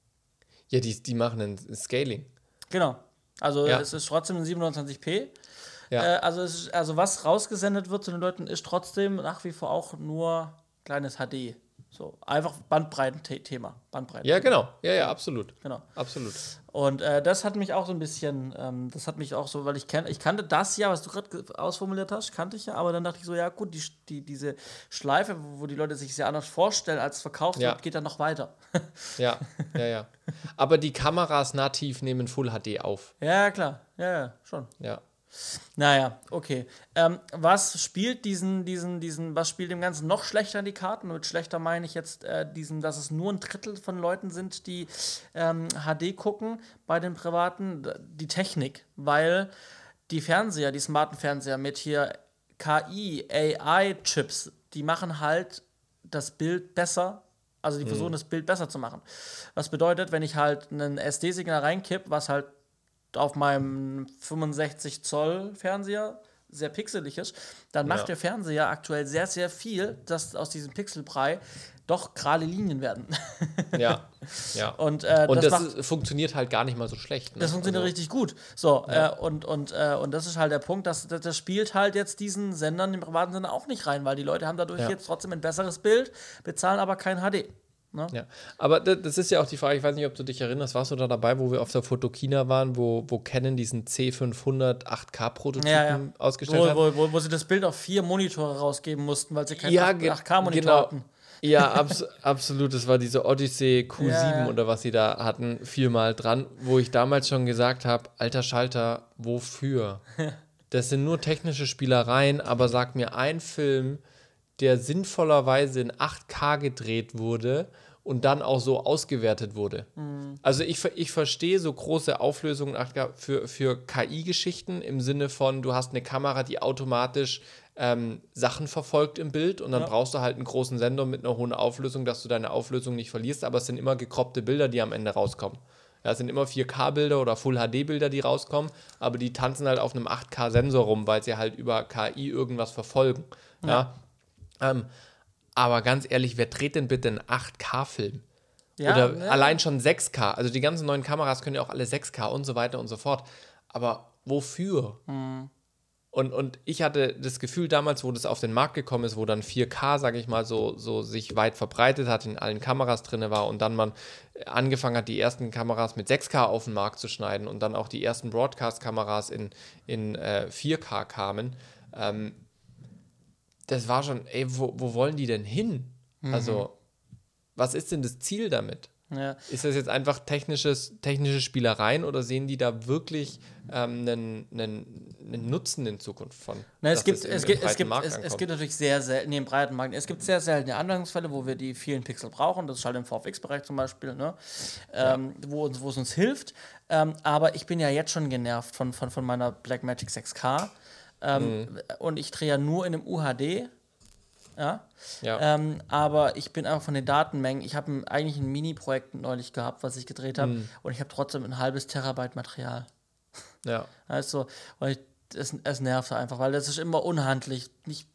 Ja, die machen ein Scaling. Genau. Also es ist trotzdem ein 720p. Ja. Also was rausgesendet wird zu den Leuten, ist trotzdem nach wie vor auch nur kleines HD. So, einfach Bandbreiten-Thema. Ja, genau. Ja, absolut. Genau. Absolut. Und das hat mich auch so ein bisschen, weil ich kannte das ja, was du gerade ausformuliert hast, kannte ich ja, aber dann dachte ich so, ja gut, diese Schleife, wo die Leute sich sehr anders vorstellen, als verkauft wird, geht dann noch weiter. Ja. Aber die Kameras nativ nehmen Full HD auf. Ja, klar. Ja, schon. Ja. Naja, okay. Was spielt was spielt dem Ganzen noch schlechter in die Karten? Mit schlechter meine ich jetzt dass es nur ein Drittel von Leuten sind, die HD gucken bei den Privaten, die Technik, weil die smarten Fernseher mit hier KI, AI-Chips, die machen halt das Bild besser. Also die versuchen das Bild besser zu machen. Was bedeutet, wenn ich halt ein SD-Signal reinkipp, was halt auf meinem 65 Zoll Fernseher sehr pixelig ist, dann macht der Fernseher aktuell sehr, sehr viel, dass aus diesem Pixelbrei doch gerade Linien werden. Ja. Und das funktioniert halt gar nicht mal so schlecht. Ne? Das funktioniert richtig gut. So, und das ist halt der Punkt, dass das spielt halt jetzt diesen Sendern, den privaten Sender auch nicht rein, weil die Leute haben dadurch jetzt trotzdem ein besseres Bild, bezahlen aber kein HD. Ne? Ja, aber das ist ja auch die Frage, ich weiß nicht, ob du dich erinnerst, warst du da dabei, wo wir auf der Photokina waren, wo Canon diesen C500 8K-Prototypen ausgestellt hat? Wo sie das Bild auf 4 Monitore rausgeben mussten, weil sie keinen 8K-Monitor hatten. Ja, absolut, das war diese Odyssey Q7 oder was sie da hatten, 4-mal dran, wo ich damals schon gesagt habe, alter Schalter, wofür? Das sind nur technische Spielereien, aber sag mir einen Film, der sinnvollerweise in 8K gedreht wurde und dann auch so ausgewertet wurde. Also ich verstehe so große Auflösungen 8K für KI-Geschichten im Sinne von, du hast eine Kamera, die automatisch Sachen verfolgt im Bild und dann brauchst du halt einen großen Sender mit einer hohen Auflösung, dass du deine Auflösung nicht verlierst, aber es sind immer gekroppte Bilder, die am Ende rauskommen. Ja, es sind immer 4K-Bilder oder Full-HD-Bilder, die rauskommen, aber die tanzen halt auf einem 8K-Sensor rum, weil sie halt über KI irgendwas verfolgen. Ja. Aber ganz ehrlich, wer dreht denn bitte einen 8K-Film? Oder allein schon 6K. Also die ganzen neuen Kameras können ja auch alle 6K und so weiter und so fort. Aber wofür? Und ich hatte das Gefühl damals, wo das auf den Markt gekommen ist, wo dann 4K, sage ich mal, so sich weit verbreitet hat, in allen Kameras drin war und dann man angefangen hat, die ersten Kameras mit 6K auf den Markt zu schneiden und dann auch die ersten Broadcast-Kameras in 4K kamen, das war schon, wo wollen die denn hin? Also, was ist denn das Ziel damit? Ja. Ist das jetzt einfach technische Spielereien oder sehen die da wirklich einen Nutzen in Zukunft von? Es gibt natürlich sehr selten im breiten Markt. Es gibt sehr seltene Anwendungsfälle, wo wir die vielen Pixel brauchen. Das ist halt im VFX-Bereich zum Beispiel, ne? Wo es uns hilft. Aber ich bin ja jetzt schon genervt von meiner Blackmagic 6K. Und ich drehe ja nur in einem UHD. Ja. Aber ich bin einfach von den Datenmengen, ich habe eigentlich ein Mini-Projekt neulich gehabt, was ich gedreht habe, und ich habe trotzdem ein halbes Terabyte Material. Ja. Also, es nervt einfach, weil das ist immer unhandlich.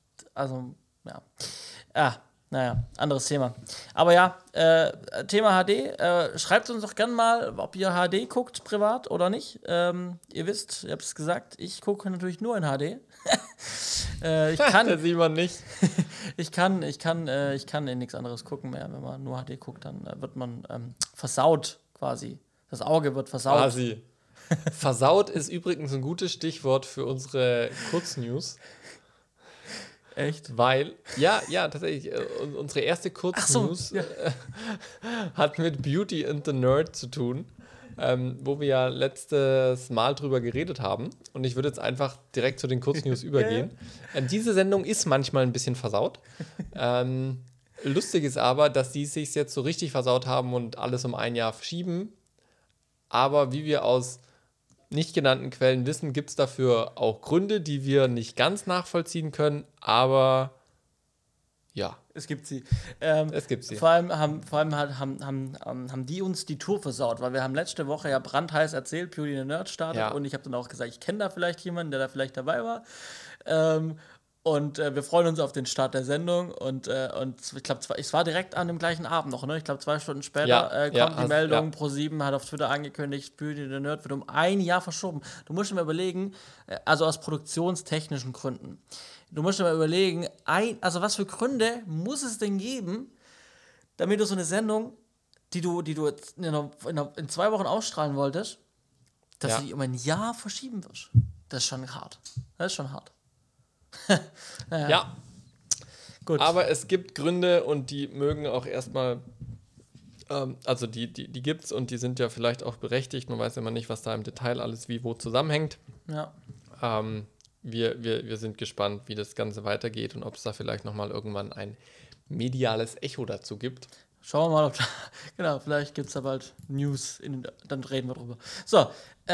Naja, anderes Thema. Aber ja, Thema HD, schreibt uns doch gerne mal, ob ihr HD guckt, privat oder nicht. Ihr wisst, ihr habt es gesagt, ich gucke natürlich nur in HD. Ich kann. Das sieht man nicht. Ich kann in nichts anderes gucken mehr. Wenn man nur HD guckt, dann wird man versaut quasi. Das Auge wird versaut. Quasi. Versaut ist übrigens ein gutes Stichwort für unsere Kurznews. Echt? Weil, ja, tatsächlich, unsere erste Kurznews hat mit Beauty and the Nerd zu tun, wo wir ja letztes Mal drüber geredet haben. Und ich würde jetzt einfach direkt zu den Kurznews übergehen. Diese Sendung ist manchmal ein bisschen versaut. Lustig ist aber, dass die sich jetzt so richtig versaut haben und alles um ein Jahr verschieben. Aber wie wir aus nicht genannten Quellen wissen, gibt es dafür auch Gründe, die wir nicht ganz nachvollziehen können, aber ja. Es gibt sie. Es gibt sie. Vor allem haben die uns die Tour versaut, weil wir haben letzte Woche ja brandheiß erzählt, Beauty and the Nerd startet, und ich habe dann auch gesagt, ich kenne da vielleicht jemanden, der da vielleicht dabei war. Und wir freuen uns auf den Start der Sendung. Und ich glaube, es war direkt an dem gleichen Abend noch, ne? Ich glaube, 2 Stunden später kommt die Meldung, Pro7 hat auf Twitter angekündigt, Beauty and the Nerd wird um ein Jahr verschoben. Du musst dir mal überlegen, also aus produktionstechnischen Gründen, was für Gründe muss es denn geben, damit du so eine Sendung, die du jetzt in 2 Wochen ausstrahlen wolltest, dass du die um ein Jahr verschieben wirst. Das ist schon hart. Ja, gut. Aber es gibt Gründe und die mögen auch erstmal, also die gibt's und die sind ja vielleicht auch berechtigt. Man weiß immer nicht, was da im Detail alles wie wo zusammenhängt. Ja. Wir sind gespannt, wie das Ganze weitergeht und ob es da vielleicht nochmal irgendwann ein mediales Echo dazu gibt. Schauen wir mal, genau, vielleicht gibt es da bald News, dann reden wir drüber. So,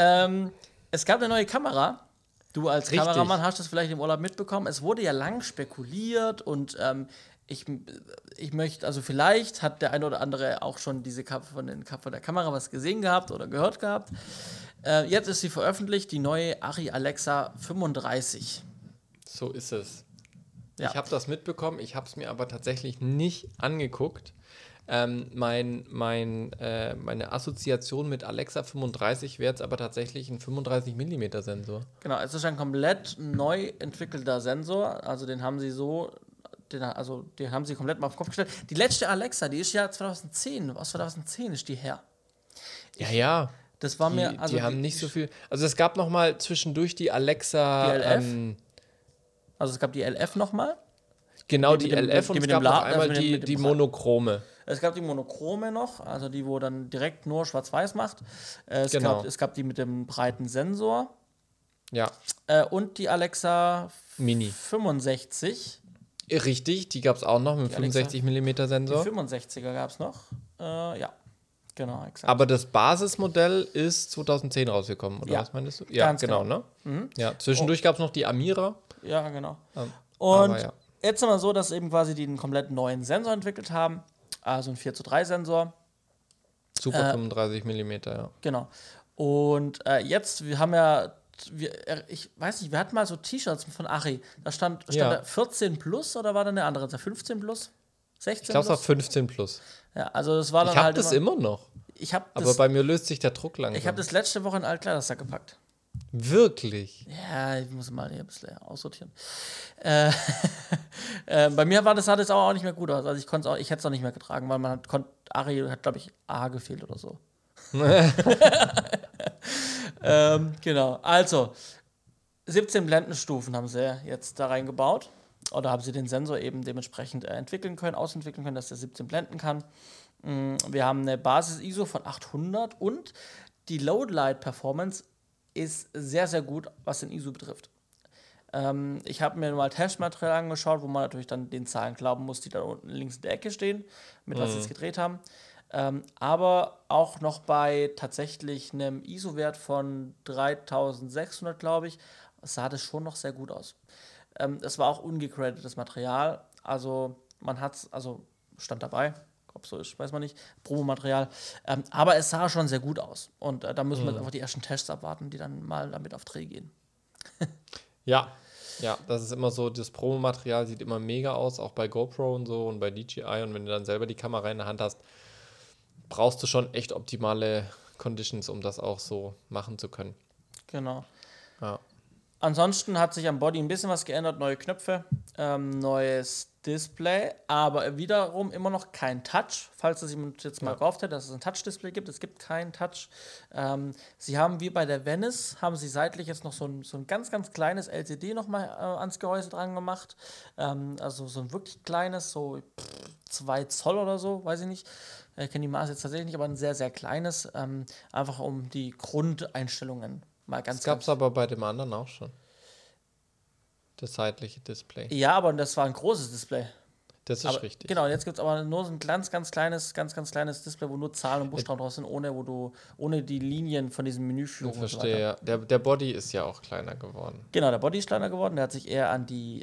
es gab eine neue Kamera. Du als Kameramann hast das vielleicht im Urlaub mitbekommen. Es wurde ja lang spekuliert und ich möchte, also vielleicht hat der eine oder andere auch schon diese von der Kamera was gesehen gehabt oder gehört gehabt. Jetzt ist sie veröffentlicht, die neue Arri Alexa 35. So ist es. Ja. Ich habe das mitbekommen, ich habe es mir aber tatsächlich nicht angeguckt. Meine Assoziation mit Alexa 35 wäre jetzt aber tatsächlich ein 35mm Sensor. Genau, es ist ein komplett neu entwickelter Sensor. Also den haben sie komplett mal auf den Kopf gestellt. Die letzte Alexa, die ist ja 2010. Aus 2010 ist die her. Ja. Das war mir. Also die haben nicht so viel. Also es gab noch mal zwischendurch die Alexa. Die LF? Also es gab die LF nochmal. Genau, die LF und es gab noch einmal die monochrome. Es gab die monochrome noch, also die, wo dann direkt nur schwarz-weiß macht. Es gab die mit dem breiten Sensor. Ja. Und die Alexa Mini 65. Richtig, die gab es auch noch mit 65mm Sensor. Die 65er gab es noch. Ja, genau, exakt. Aber das Basismodell ist 2010 rausgekommen, oder was meinst du? Ja, ganz genau, ne? Ja, zwischendurch gab es noch die Amira. Ja, genau. Und jetzt ist es so, dass eben quasi die einen komplett neuen Sensor entwickelt haben. Also ein 4:3 Sensor. Super 35mm, ja. Genau. Und jetzt, ich weiß nicht, wir hatten mal so T-Shirts von Arri. Da stand da 14 plus oder war da eine andere? 15 plus? 16 Ich glaube, es war 15 plus. Ja, also das war dann halt. Ich habe das immer noch. Aber bei mir löst sich der Druck langsam. Ich habe das letzte Woche in einen Altkleidersack gepackt. Wirklich? Ja, ich muss mal hier ein bisschen aussortieren. Bei mir sah das auch nicht mehr gut aus. Also ich hätte es auch nicht mehr getragen, weil Ari hat, glaube ich, A gefehlt oder so. Genau. Also, 17 Blendenstufen haben sie jetzt da reingebaut. Oder haben sie den Sensor eben dementsprechend ausentwickeln können, dass der 17 blenden kann. Wir haben eine Basis-ISO von 800 und die Load-Light-Performance ist sehr, sehr gut, was den ISO betrifft. Ich habe mir mal Testmaterial angeschaut, wo man natürlich dann den Zahlen glauben muss, die da unten links in der Ecke stehen, mit was sie jetzt gedreht haben. Aber auch noch bei tatsächlich einem ISO-Wert von 3600, glaube ich, sah das schon noch sehr gut aus. Es war auch ungecreditedes Material, also man hat es, also stand dabei, ob es so ist, weiß man nicht, Promomaterial, aber es sah schon sehr gut aus. Und da müssen wir jetzt einfach die ersten Tests abwarten, die dann mal damit auf Dreh gehen. Ja, das ist immer so, das Promomaterial sieht immer mega aus, auch bei GoPro und so und bei DJI. Und wenn du dann selber die Kamera in der Hand hast, brauchst du schon echt optimale Conditions, um das auch so machen zu können. Genau. Ja. Ansonsten hat sich am Body ein bisschen was geändert, neue Knöpfe, neues Display, aber wiederum immer noch kein Touch, falls es jemand jetzt mal gehofft hätte, dass es ein Touch-Display gibt. Es gibt keinen Touch. Sie haben wie bei der Venice, haben sie seitlich jetzt noch so ein ganz, ganz kleines LCD nochmal ans Gehäuse dran gemacht. Also so ein wirklich kleines, so 2 Zoll oder so, weiß ich nicht. Ich kenne die Maße jetzt tatsächlich nicht, aber ein sehr, sehr kleines. Einfach um die Grundeinstellungen mal ganz. Das gab es aber bei dem anderen auch schon. Das seitliche Display. Ja, aber das war ein großes Display. Das ist aber, richtig. Genau, und jetzt gibt es aber nur so ein ganz, ganz kleines Display, wo nur Zahlen und Buchstaben drauf sind, ohne die Linien von diesem Menüführung. Ich verstehe, ja. Der Body ist ja auch kleiner geworden. Genau, der Body ist kleiner geworden, der hat sich eher an die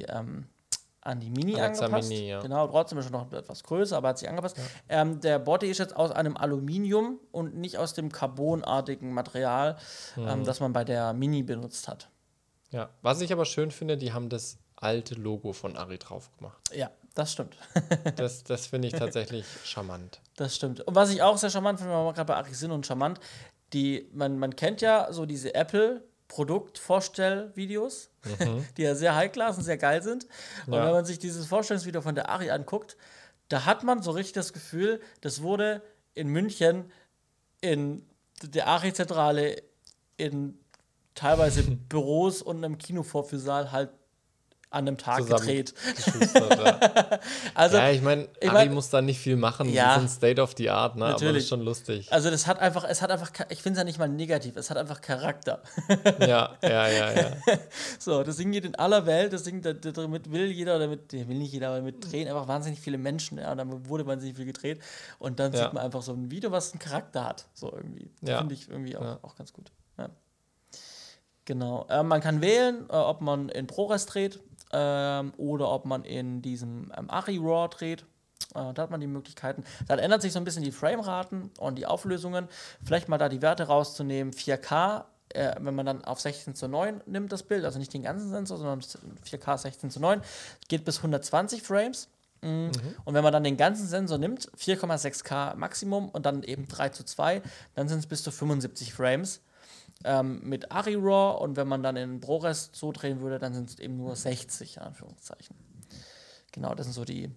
Mini Alexa angepasst. Mini, ja. Genau, trotzdem ist er noch etwas größer, aber hat sich angepasst. Ja. Der Body ist jetzt aus einem Aluminium und nicht aus dem carbonartigen Material, das man bei der Mini benutzt hat. Ja, was ich aber schön finde, die haben das alte Logo von Arri drauf gemacht. Ja, das stimmt. Das finde ich tatsächlich charmant. Das stimmt. Und was ich auch sehr charmant finde, wenn wir gerade bei Arri sind und charmant, man kennt ja so diese Apple-Produktvorstellvideos, die ja sehr high-class und sehr geil sind. Und wenn man sich dieses Vorstellungsvideo von der Arri anguckt, da hat man so richtig das Gefühl, das wurde in München in der Arri-Zentrale in teilweise Büros und einem Kinovorführsaal halt an einem Tag gedreht. Also, ja, ich meine, Arri muss da nicht viel machen. Ja, die sind State of the Art, ne? Aber das ist schon lustig. Also es hat einfach, ich finde es ja nicht mal negativ, es hat einfach Charakter. Ja. So, das Ding geht in aller Welt, das Ding, damit will jeder, will nicht jeder, aber damit drehen einfach wahnsinnig viele Menschen, ja, und dann wurde wahnsinnig viel gedreht und dann sieht man einfach so ein Video, was einen Charakter hat, so irgendwie. Finde ich irgendwie auch ganz gut. Ja. Genau. Man kann wählen, ob man in ProRes dreht oder ob man in diesem Arri RAW dreht. Da hat man die Möglichkeiten. Dann ändert sich so ein bisschen die Frameraten und die Auflösungen. Vielleicht mal da die Werte rauszunehmen. 4K, wenn man dann auf 16:9 nimmt das Bild, also nicht den ganzen Sensor, sondern 4K 16:9, geht bis 120 Frames. Und wenn man dann den ganzen Sensor nimmt, 4,6K Maximum und dann eben 3:2, dann sind es bis zu 75 Frames. Mit Arri RAW, und wenn man dann in ProRes so drehen würde, dann sind es eben nur 60, in Anführungszeichen. Genau, das sind so die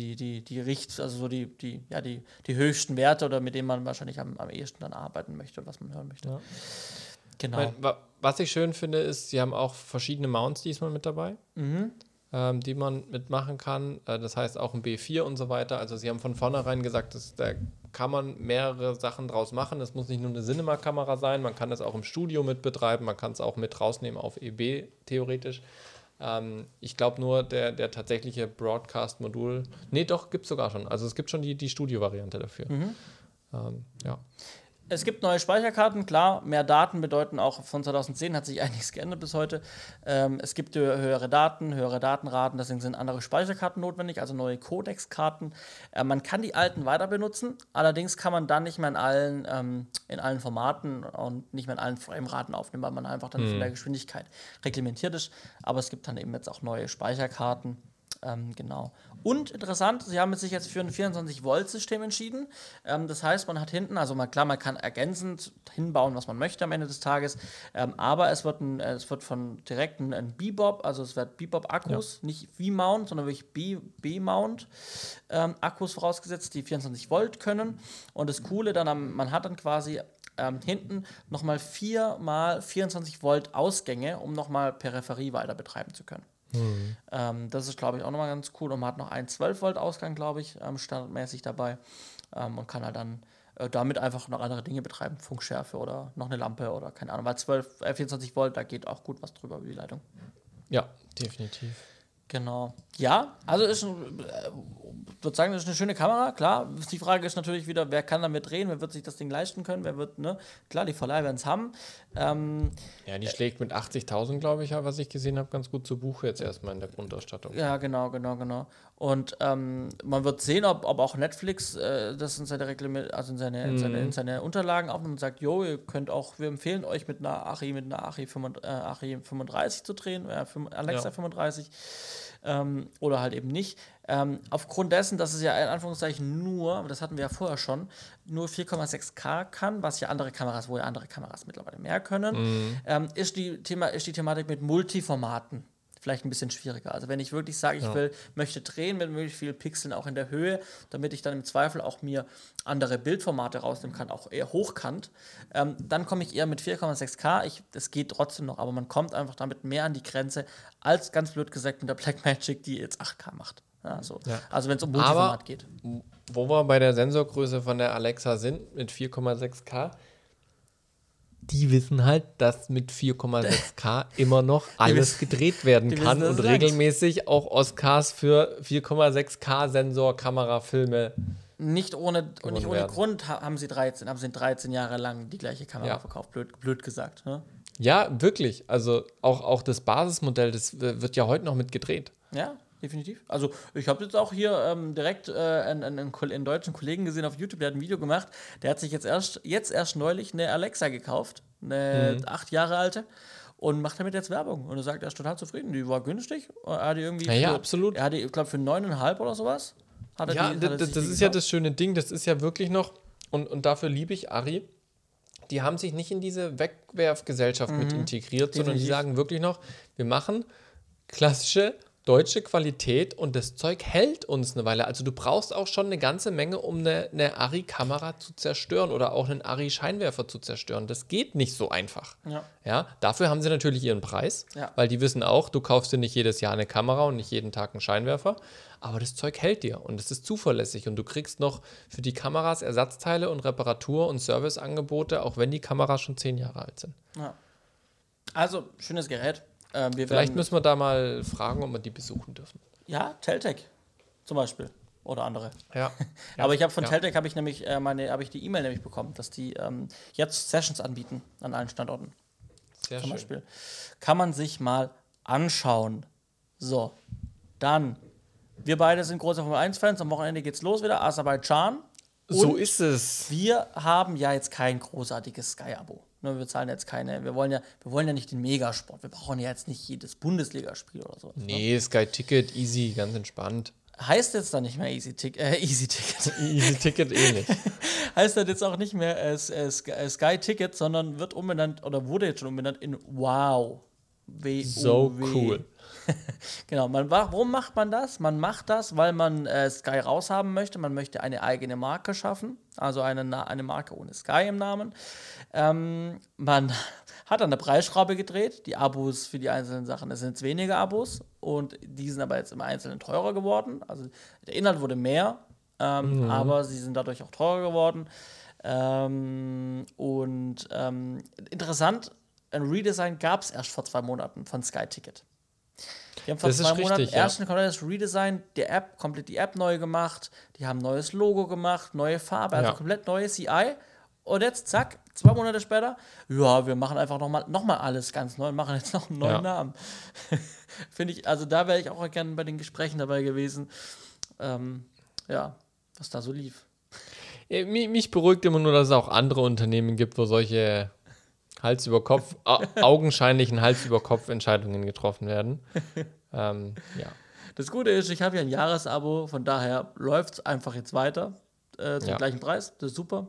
höchsten Werte, oder mit denen man wahrscheinlich am ehesten dann arbeiten möchte oder was man hören möchte. Ja. Genau. Was ich schön finde, ist, sie haben auch verschiedene Mounts diesmal mit dabei, die man mitmachen kann. Das heißt auch ein B4 und so weiter. Also sie haben von vornherein gesagt, da kann man mehrere Sachen draus machen. Es muss nicht nur eine Cinema-Kamera sein, man kann das auch im Studio mit betreiben, man kann es auch mit rausnehmen auf EB theoretisch. Ich glaube nur, der tatsächliche Broadcast-Modul, gibt es sogar schon. Also es gibt schon die Studio-Variante dafür. Ja. Es gibt neue Speicherkarten, klar, mehr Daten bedeuten auch, von 2010 hat sich einiges geändert bis heute. Es gibt höhere Daten, höhere Datenraten, deswegen sind andere Speicherkarten notwendig, also neue Codex-Karten. Man kann die alten weiter benutzen, allerdings kann man dann nicht mehr in allen Formaten und nicht mehr in allen Frameraten aufnehmen, weil man einfach dann von der Geschwindigkeit reglementiert ist. Aber es gibt dann eben jetzt auch neue Speicherkarten. Genau. Und interessant, sie haben sich jetzt für ein 24-Volt-System entschieden. Das heißt, man hat hinten, also man kann ergänzend hinbauen, was man möchte am Ende des Tages. Aber es wird von direkt ein Bebop, also es wird Bebop-Akkus, nicht V-Mount, sondern wirklich B-Mount-Akkus vorausgesetzt, die 24 Volt können. Und das Coole dann, man hat dann quasi hinten nochmal 4 mal 24 Volt Ausgänge, um nochmal Peripherie weiter betreiben zu können. Das ist, glaube ich, auch nochmal ganz cool. Und man hat noch einen 12 Volt Ausgang, glaube ich, standardmäßig dabei. und kann halt dann damit einfach noch andere Dinge betreiben, Funkschärfe oder noch eine Lampe oder keine Ahnung, weil 24 Volt, da geht auch gut was drüber über die Leitung. Ja, definitiv. Genau. Ja, also würde sagen, das ist eine schöne Kamera, klar. Die Frage ist natürlich wieder, wer kann damit drehen, wer wird sich das Ding leisten können, wer wird, ne? Klar, die Verleiher werden es haben. Ja, die schlägt mit 80.000, glaube ich, was ich gesehen habe, ganz gut zu Buche jetzt erstmal in der Grundausstattung. Ja, genau. Und man wird sehen, ob auch Netflix das in seine Unterlagen aufnimmt und sagt, jo, ihr könnt auch, wir empfehlen euch mit einer Arri 35 zu drehen, Alexa 35. Oder halt eben nicht. Aufgrund dessen, dass es ja in Anführungszeichen nur, das hatten wir ja vorher schon, nur 4,6K kann, was ja andere Kameras mittlerweile mehr können, ist die Thematik mit Multiformaten vielleicht ein bisschen schwieriger. Also wenn ich wirklich sage, möchte drehen mit möglichst vielen Pixeln auch in der Höhe, damit ich dann im Zweifel auch mir andere Bildformate rausnehmen kann, auch eher hochkant, dann komme ich eher mit 4,6K. Das geht trotzdem noch, aber man kommt einfach damit mehr an die Grenze, als ganz blöd gesagt mit der Blackmagic, die jetzt 8K macht. Also wenn es um Multiformat geht. Wo wir bei der Sensorgröße von der Alexa sind, mit 4,6K, die wissen halt, dass mit 4,6K immer noch alles gedreht werden kann und regelmäßig auch Oscars für 4,6K Sensor, Kamera, Filme. Nicht ohne Grund haben sie 13 Jahre lang die gleiche Kamera verkauft, blöd gesagt. Ne? Ja, wirklich. Also auch das Basismodell, das wird ja heute noch mit gedreht. Ja, definitiv. Also ich habe jetzt auch hier direkt einen deutschen Kollegen gesehen auf YouTube, der hat ein Video gemacht, der hat sich jetzt erst neulich eine Alexa gekauft, eine 8 Jahre alte, und macht damit jetzt Werbung. Und er sagt, er ist total zufrieden, die war günstig. Er hatte irgendwie absolut. Er hatte, ich glaube, für 9,5 oder sowas. Das ist ja das schöne Ding, das ist ja wirklich noch, und dafür liebe ich Arri, die haben sich nicht in diese Wegwerfgesellschaft mit integriert, sondern die sagen wirklich noch, wir machen klassische deutsche Qualität und das Zeug hält uns eine Weile. Also du brauchst auch schon eine ganze Menge, um eine Arri-Kamera zu zerstören oder auch einen Arri-Scheinwerfer zu zerstören. Das geht nicht so einfach. Ja, dafür haben sie natürlich ihren Preis, weil die wissen auch, du kaufst dir nicht jedes Jahr eine Kamera und nicht jeden Tag einen Scheinwerfer, aber das Zeug hält dir und es ist zuverlässig und du kriegst noch für die Kameras Ersatzteile und Reparatur- und Serviceangebote, auch wenn die Kameras schon 10 Jahre alt sind. Ja. Also, schönes Gerät. Vielleicht müssen wir da mal fragen, ob wir die besuchen dürfen. Ja, Teltec zum Beispiel. Oder andere. Ja. Aber ich habe von Teltec habe ich die E-Mail nämlich bekommen, dass die jetzt Sessions anbieten an allen Standorten. Sehr zum schön. Beispiel. Kann man sich mal anschauen. So, dann. Wir beide sind große Formel 1-Fans. Am Wochenende geht's los wieder. Aserbaidschan. So ist es. Wir haben ja jetzt kein großartiges Sky-Abo. Wir zahlen jetzt keine, wir wollen ja nicht den Megasport. Wir brauchen ja jetzt nicht jedes Bundesligaspiel oder so. Nee, Sky Ticket, easy, ganz entspannt. Heißt jetzt dann nicht mehr Easy Ticket. Easy Ticket nicht. Heißt das jetzt auch nicht mehr Sky Ticket, sondern wird umbenannt oder wurde jetzt schon umbenannt in Wow. W-O-W. So cool. Genau, warum macht man das? Man macht das, weil man Sky raushaben möchte. Man möchte eine eigene Marke schaffen, also eine Marke ohne Sky im Namen. Man hat an der Preisschraube gedreht. Die Abos für die einzelnen Sachen, es sind jetzt weniger Abos und die sind aber jetzt im Einzelnen teurer geworden. Also der Inhalt wurde mehr, aber sie sind dadurch auch teurer geworden. Interessant, ein Redesign gab es erst vor 2 Monaten von Sky Ticket. Die haben vor 2 Monaten erst ein komplettes Redesign der App, komplett die App neu gemacht, die haben ein neues Logo gemacht, neue Farbe, also komplett neue CI. Und jetzt, zack, 2 Monate später, wir machen einfach noch mal alles ganz neu und machen jetzt noch einen neuen Namen. Finde ich, also da wäre ich auch gerne bei den Gesprächen dabei gewesen, was da so lief. Ja, mich beruhigt immer nur, dass es auch andere Unternehmen gibt, wo solche Hals über Kopf, augenscheinlichen Hals über Kopf Entscheidungen getroffen werden. Das Gute ist, ich habe ja ein Jahresabo, von daher läuft es einfach jetzt weiter zum gleichen Preis. Das ist super.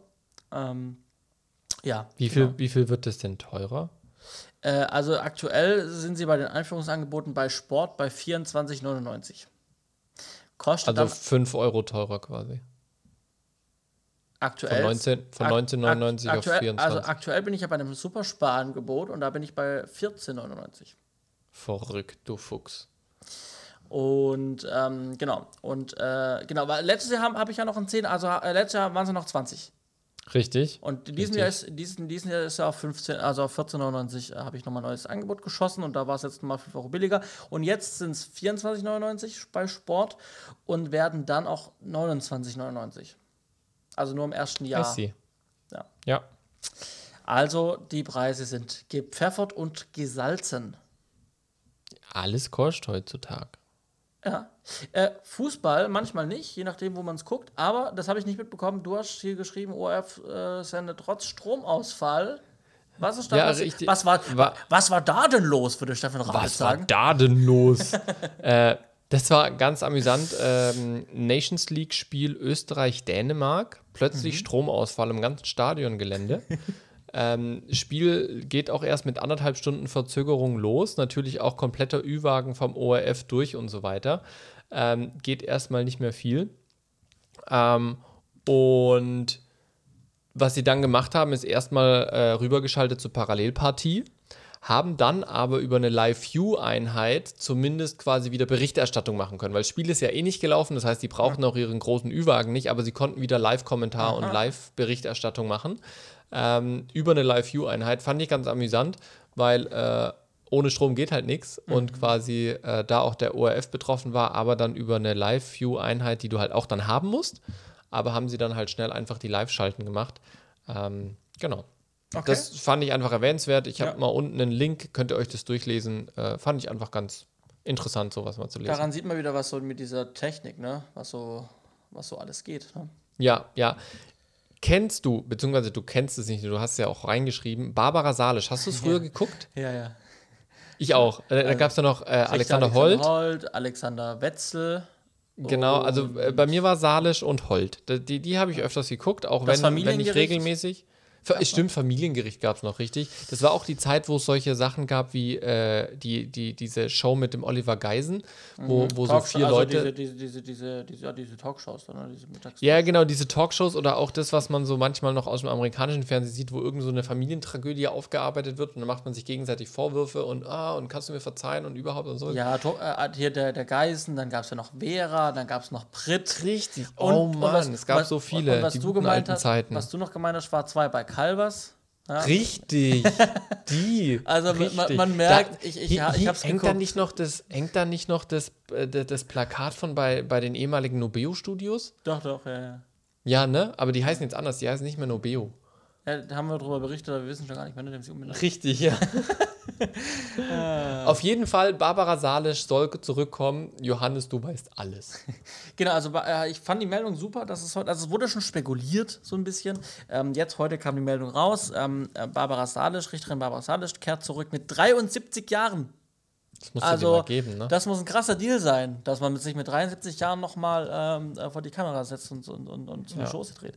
Wie viel wird das denn teurer? Also aktuell sind sie bei den Einführungsangeboten bei Sport bei 24,99. Kostet also 5 Euro teurer quasi. Aktuell. Von 19,99 auf 24. Also aktuell bin ich ja bei einem Supersparangebot und da bin ich bei 14,99. Verrückt, du Fuchs. Und genau. Und genau, weil letztes Jahr habe ich ja noch ein 10, also letztes Jahr waren es noch 20. Richtig. Und in diesem Jahr ist ja auf 15, also auf 14,99 habe ich nochmal ein neues Angebot geschossen und da war es jetzt mal 5 Euro billiger. Und jetzt sind es 24,99 bei Sport und werden dann auch 29,99. Also nur im ersten Jahr. I see. Ja. Also die Preise sind gepfeffert und gesalzen. Alles kostet heutzutage. Ja. Fußball manchmal nicht, je nachdem, wo man es guckt. Aber das habe ich nicht mitbekommen. Du hast hier geschrieben, ORF sendet trotz Stromausfall. Was ist da passiert? Was war da denn los, würde Stefan Raab sagen? Was war da denn los? Das war ganz amüsant. Nations League-Spiel Österreich-Dänemark. Plötzlich Stromausfall im ganzen Stadiongelände. Spiel geht auch erst mit 1,5 Stunden Verzögerung los. Natürlich auch kompletter Ü-Wagen vom ORF durch und so weiter. Geht erstmal nicht mehr viel. Und was sie dann gemacht haben, ist erstmal rübergeschaltet zur Parallelpartie. Haben dann aber über eine Live-View-Einheit zumindest quasi wieder Berichterstattung machen können, weil das Spiel ist ja eh nicht gelaufen, das heißt, die brauchten auch ihren großen Ü-Wagen nicht, aber sie konnten wieder Live-Kommentar und Live-Berichterstattung machen. Über eine Live-View-Einheit fand ich ganz amüsant, weil ohne Strom geht halt nichts und quasi da auch der ORF betroffen war, aber dann über eine Live-View-Einheit, die du halt auch dann haben musst, aber haben sie dann halt schnell einfach die Live-Schalten gemacht. Genau. Okay. Das fand ich einfach erwähnenswert. Ich habe mal unten einen Link, könnt ihr euch das durchlesen. Fand ich einfach ganz interessant, sowas mal zu lesen. Daran sieht man wieder, was so mit dieser Technik, ne? Was so alles geht. Ne? Ja. Kennst du, beziehungsweise du kennst es nicht, du hast es ja auch reingeschrieben, Barbara Salisch. Hast du es früher geguckt? Ja. Ich auch. Da gab es ja noch Alexander Holt. Alexander Wetzel. Genau, also bei mir war Salisch und Holt. Die habe ich öfters geguckt, auch wenn nicht regelmäßig. Stimmt, Familiengericht gab es noch, richtig. Das war auch die Zeit, wo es solche Sachen gab wie diese Show mit dem Oliver Geisen, wo so 4 Leute... Diese Talkshows, oder? Diese Mittagshows. Ja, genau, diese Talkshows oder auch das, was man so manchmal noch aus dem amerikanischen Fernsehen sieht, wo irgend so eine Familientragödie aufgearbeitet wird und dann macht man sich gegenseitig Vorwürfe und kannst du mir verzeihen und überhaupt und so. Ja, hier der Geisen, dann gab es ja noch Vera, dann gab es noch Brit. Richtig, es gab so viele, und was die du guten gemeint alten hast, Zeiten. Was du noch gemeint hast, war 2 bei Calvas. Ja. Richtig, die. Also richtig. Man merkt, ich hab's hängt da nicht noch das Plakat von bei den ehemaligen Nobeo-Studios? Doch, ja. Ja, ne? Aber die heißen jetzt anders, die heißen nicht mehr Nobeo. Ja, da haben wir darüber berichtet, aber wir wissen schon gar nicht mehr, dem sie umbenannt. Richtig, ja. Auf jeden Fall, Barbara Salisch soll zurückkommen. Johannes, du weißt alles. Genau, also ich fand die Meldung super, dass es heute, also es wurde schon spekuliert, so ein bisschen. Heute kam die Meldung raus. Richterin Barbara Salisch kehrt zurück mit 73 Jahren. Das muss dir mal geben, ne? Das muss ein krasser Deal sein, dass man sich mit 73 Jahren nochmal vor die Kamera setzt und so eine Shows dreht.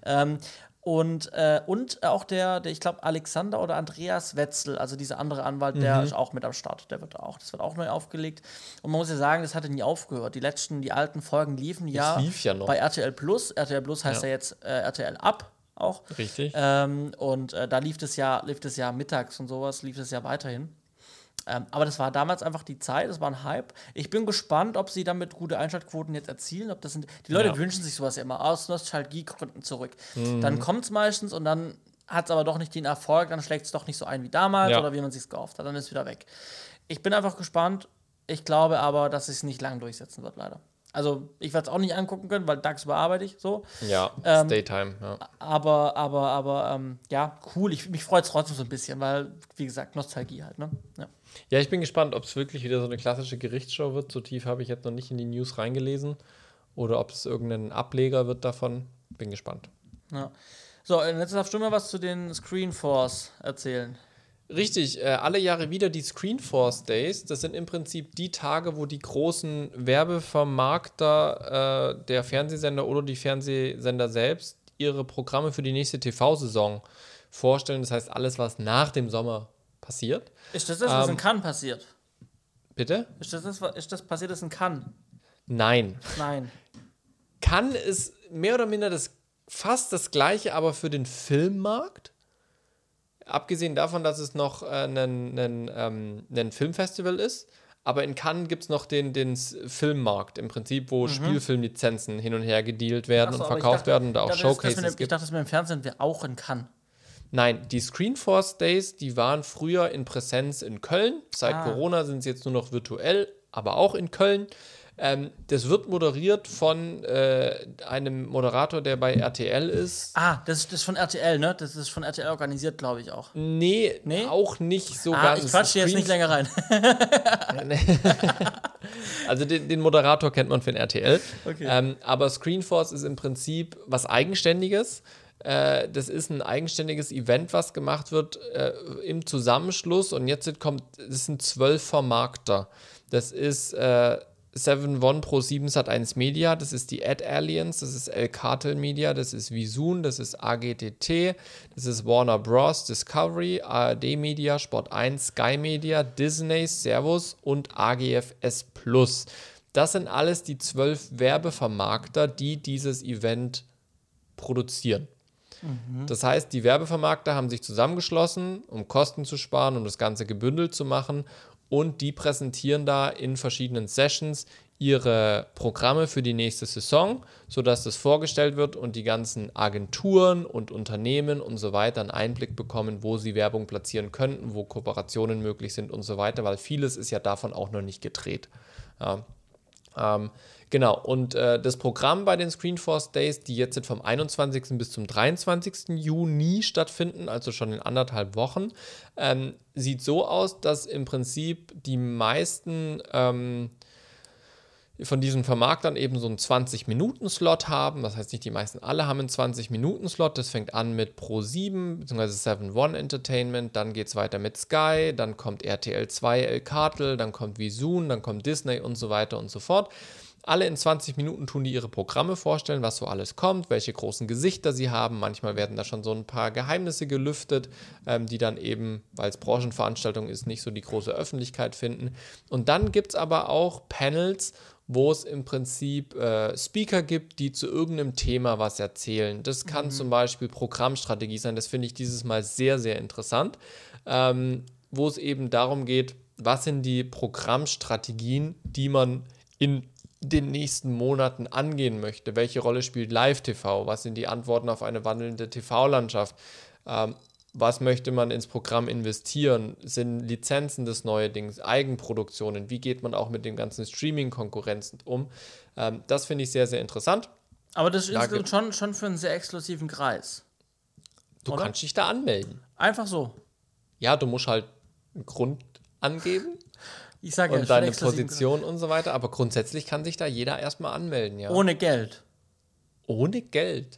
Und auch der ich glaube, Alexander oder Andreas Wetzel, also dieser andere Anwalt, der ist auch mit am Start. Das wird auch neu aufgelegt. Und man muss ja sagen, das hatte nie aufgehört. Die alten Folgen liefen lief ja noch bei RTL Plus. RTL Plus heißt ja jetzt RTL Up auch. Richtig. Da lief das ja mittags und sowas, lief das ja weiterhin. Aber das war damals einfach die Zeit, das war ein Hype. Ich bin gespannt, ob sie damit gute Einschaltquoten jetzt erzielen. Die Leute wünschen sich sowas ja immer aus Nostalgiegründen zurück. Dann kommt es meistens und dann hat es aber doch nicht den Erfolg, dann schlägt es doch nicht so ein wie damals oder wie man sich gehofft hat, dann ist es wieder weg. Ich bin einfach gespannt. Ich glaube aber, dass es nicht lang durchsetzen wird, leider. Also, ich werde es auch nicht angucken können, weil tagsüber arbeite ich so. Ja, Daytime, ja. Aber cool. Mich freut es trotzdem so ein bisschen, weil, wie gesagt, Nostalgie halt, ne? Ja, ich bin gespannt, ob es wirklich wieder so eine klassische Gerichtsshow wird. So tief habe ich jetzt noch nicht in die News reingelesen. Oder ob es irgendein Ableger wird davon. Bin gespannt. Ja. So, jetzt darfst du mal was zu den Screenforce erzählen. Richtig, alle Jahre wieder die Screenforce Days. Das sind im Prinzip die Tage, wo die großen Werbevermarkter, der Fernsehsender oder die Fernsehsender selbst ihre Programme für die nächste TV-Saison vorstellen. Das heißt, alles, was nach dem Sommer passiert. Ist das was in Cannes passiert? Bitte? Ist das passiert, das in Cannes? Nein. Cannes ist mehr oder minder fast das Gleiche, aber für den Filmmarkt. Abgesehen davon, dass es noch ein Filmfestival ist, Aber in Cannes gibt es noch den Filmmarkt im Prinzip, wo Spielfilmlizenzen hin und her gedealt werden und verkauft werden und da auch Showcases gibt. Ich dachte, das mit dem Fernsehen wäre auch in Cannes. Nein, die Screenforce Days, die waren früher in Präsenz in Köln. Seit Corona sind sie jetzt nur noch virtuell, aber auch in Köln. Das wird moderiert von einem Moderator, der bei RTL ist. Das ist von RTL, ne? Das ist von RTL organisiert, glaube ich auch. Nee, auch nicht so ganz. Ich quatsche jetzt nicht länger rein. Also den Moderator kennt man von RTL. Okay. Aber Screenforce ist im Prinzip was Eigenständiges. Das ist ein eigenständiges Event, was gemacht wird im Zusammenschluss. Und jetzt das sind 12 Vermarkter. Das ist 7-One Pro7 Sat1 Media, das ist die Ad Alliance, das ist El Cartel Media, das ist Visun, das ist AGTT, das ist Warner Bros. Discovery, ARD Media, Sport 1, Sky Media, Disney, Servus und AGFS Plus. Das sind alles die 12 Werbevermarkter, die dieses Event produzieren. Das heißt, die Werbevermarkter haben sich zusammengeschlossen, um Kosten zu sparen, um das Ganze gebündelt zu machen. Und die präsentieren da in verschiedenen Sessions ihre Programme für die nächste Saison, sodass das vorgestellt wird und die ganzen Agenturen und Unternehmen und so weiter einen Einblick bekommen, wo sie Werbung platzieren könnten, wo Kooperationen möglich sind und so weiter, weil vieles ist ja davon auch noch nicht gedreht. Ja. Genau, und das Programm bei den Screenforce Days, die jetzt vom 21. bis zum 23. Juni stattfinden, also schon in 1,5 Wochen, sieht so aus, dass im Prinzip die meisten von diesen Vermarktern eben so einen 20-Minuten-Slot haben. Das heißt nicht die meisten, alle haben einen 20-Minuten-Slot. Das fängt an mit Pro7 bzw. 7-One Entertainment, dann geht es weiter mit Sky, dann kommt RTL 2, El Cartel, dann kommt Visun, dann kommt Disney und so weiter und so fort. Alle in 20 Minuten tun die ihre Programme vorstellen, was so alles kommt, welche großen Gesichter sie haben. Manchmal werden da schon so ein paar Geheimnisse gelüftet, die dann eben, weil es Branchenveranstaltung ist, nicht so die große Öffentlichkeit finden. Und dann gibt es aber auch Panels, wo es im Prinzip Speaker gibt, die zu irgendeinem Thema was erzählen. Das kann zum Beispiel Programmstrategie sein. Das finde ich dieses Mal sehr, sehr interessant, wo es eben darum geht, was sind die Programmstrategien, die man in den nächsten Monaten angehen möchte. Welche Rolle spielt Live-TV? Was sind die Antworten auf eine wandelnde TV-Landschaft? Was möchte man ins Programm investieren? Sind Lizenzen das neue Ding? Eigenproduktionen? Wie geht man auch mit den ganzen Streaming-Konkurrenzen um? Das finde ich sehr, sehr interessant. Aber das ist schon für einen sehr exklusiven Kreis. Du kannst dich da anmelden. Einfach so? Ja, du musst halt einen Grund angeben. Ich sage und deine Position und so weiter. Aber grundsätzlich kann sich da jeder erstmal anmelden, ja. Ohne Geld. Ohne Geld.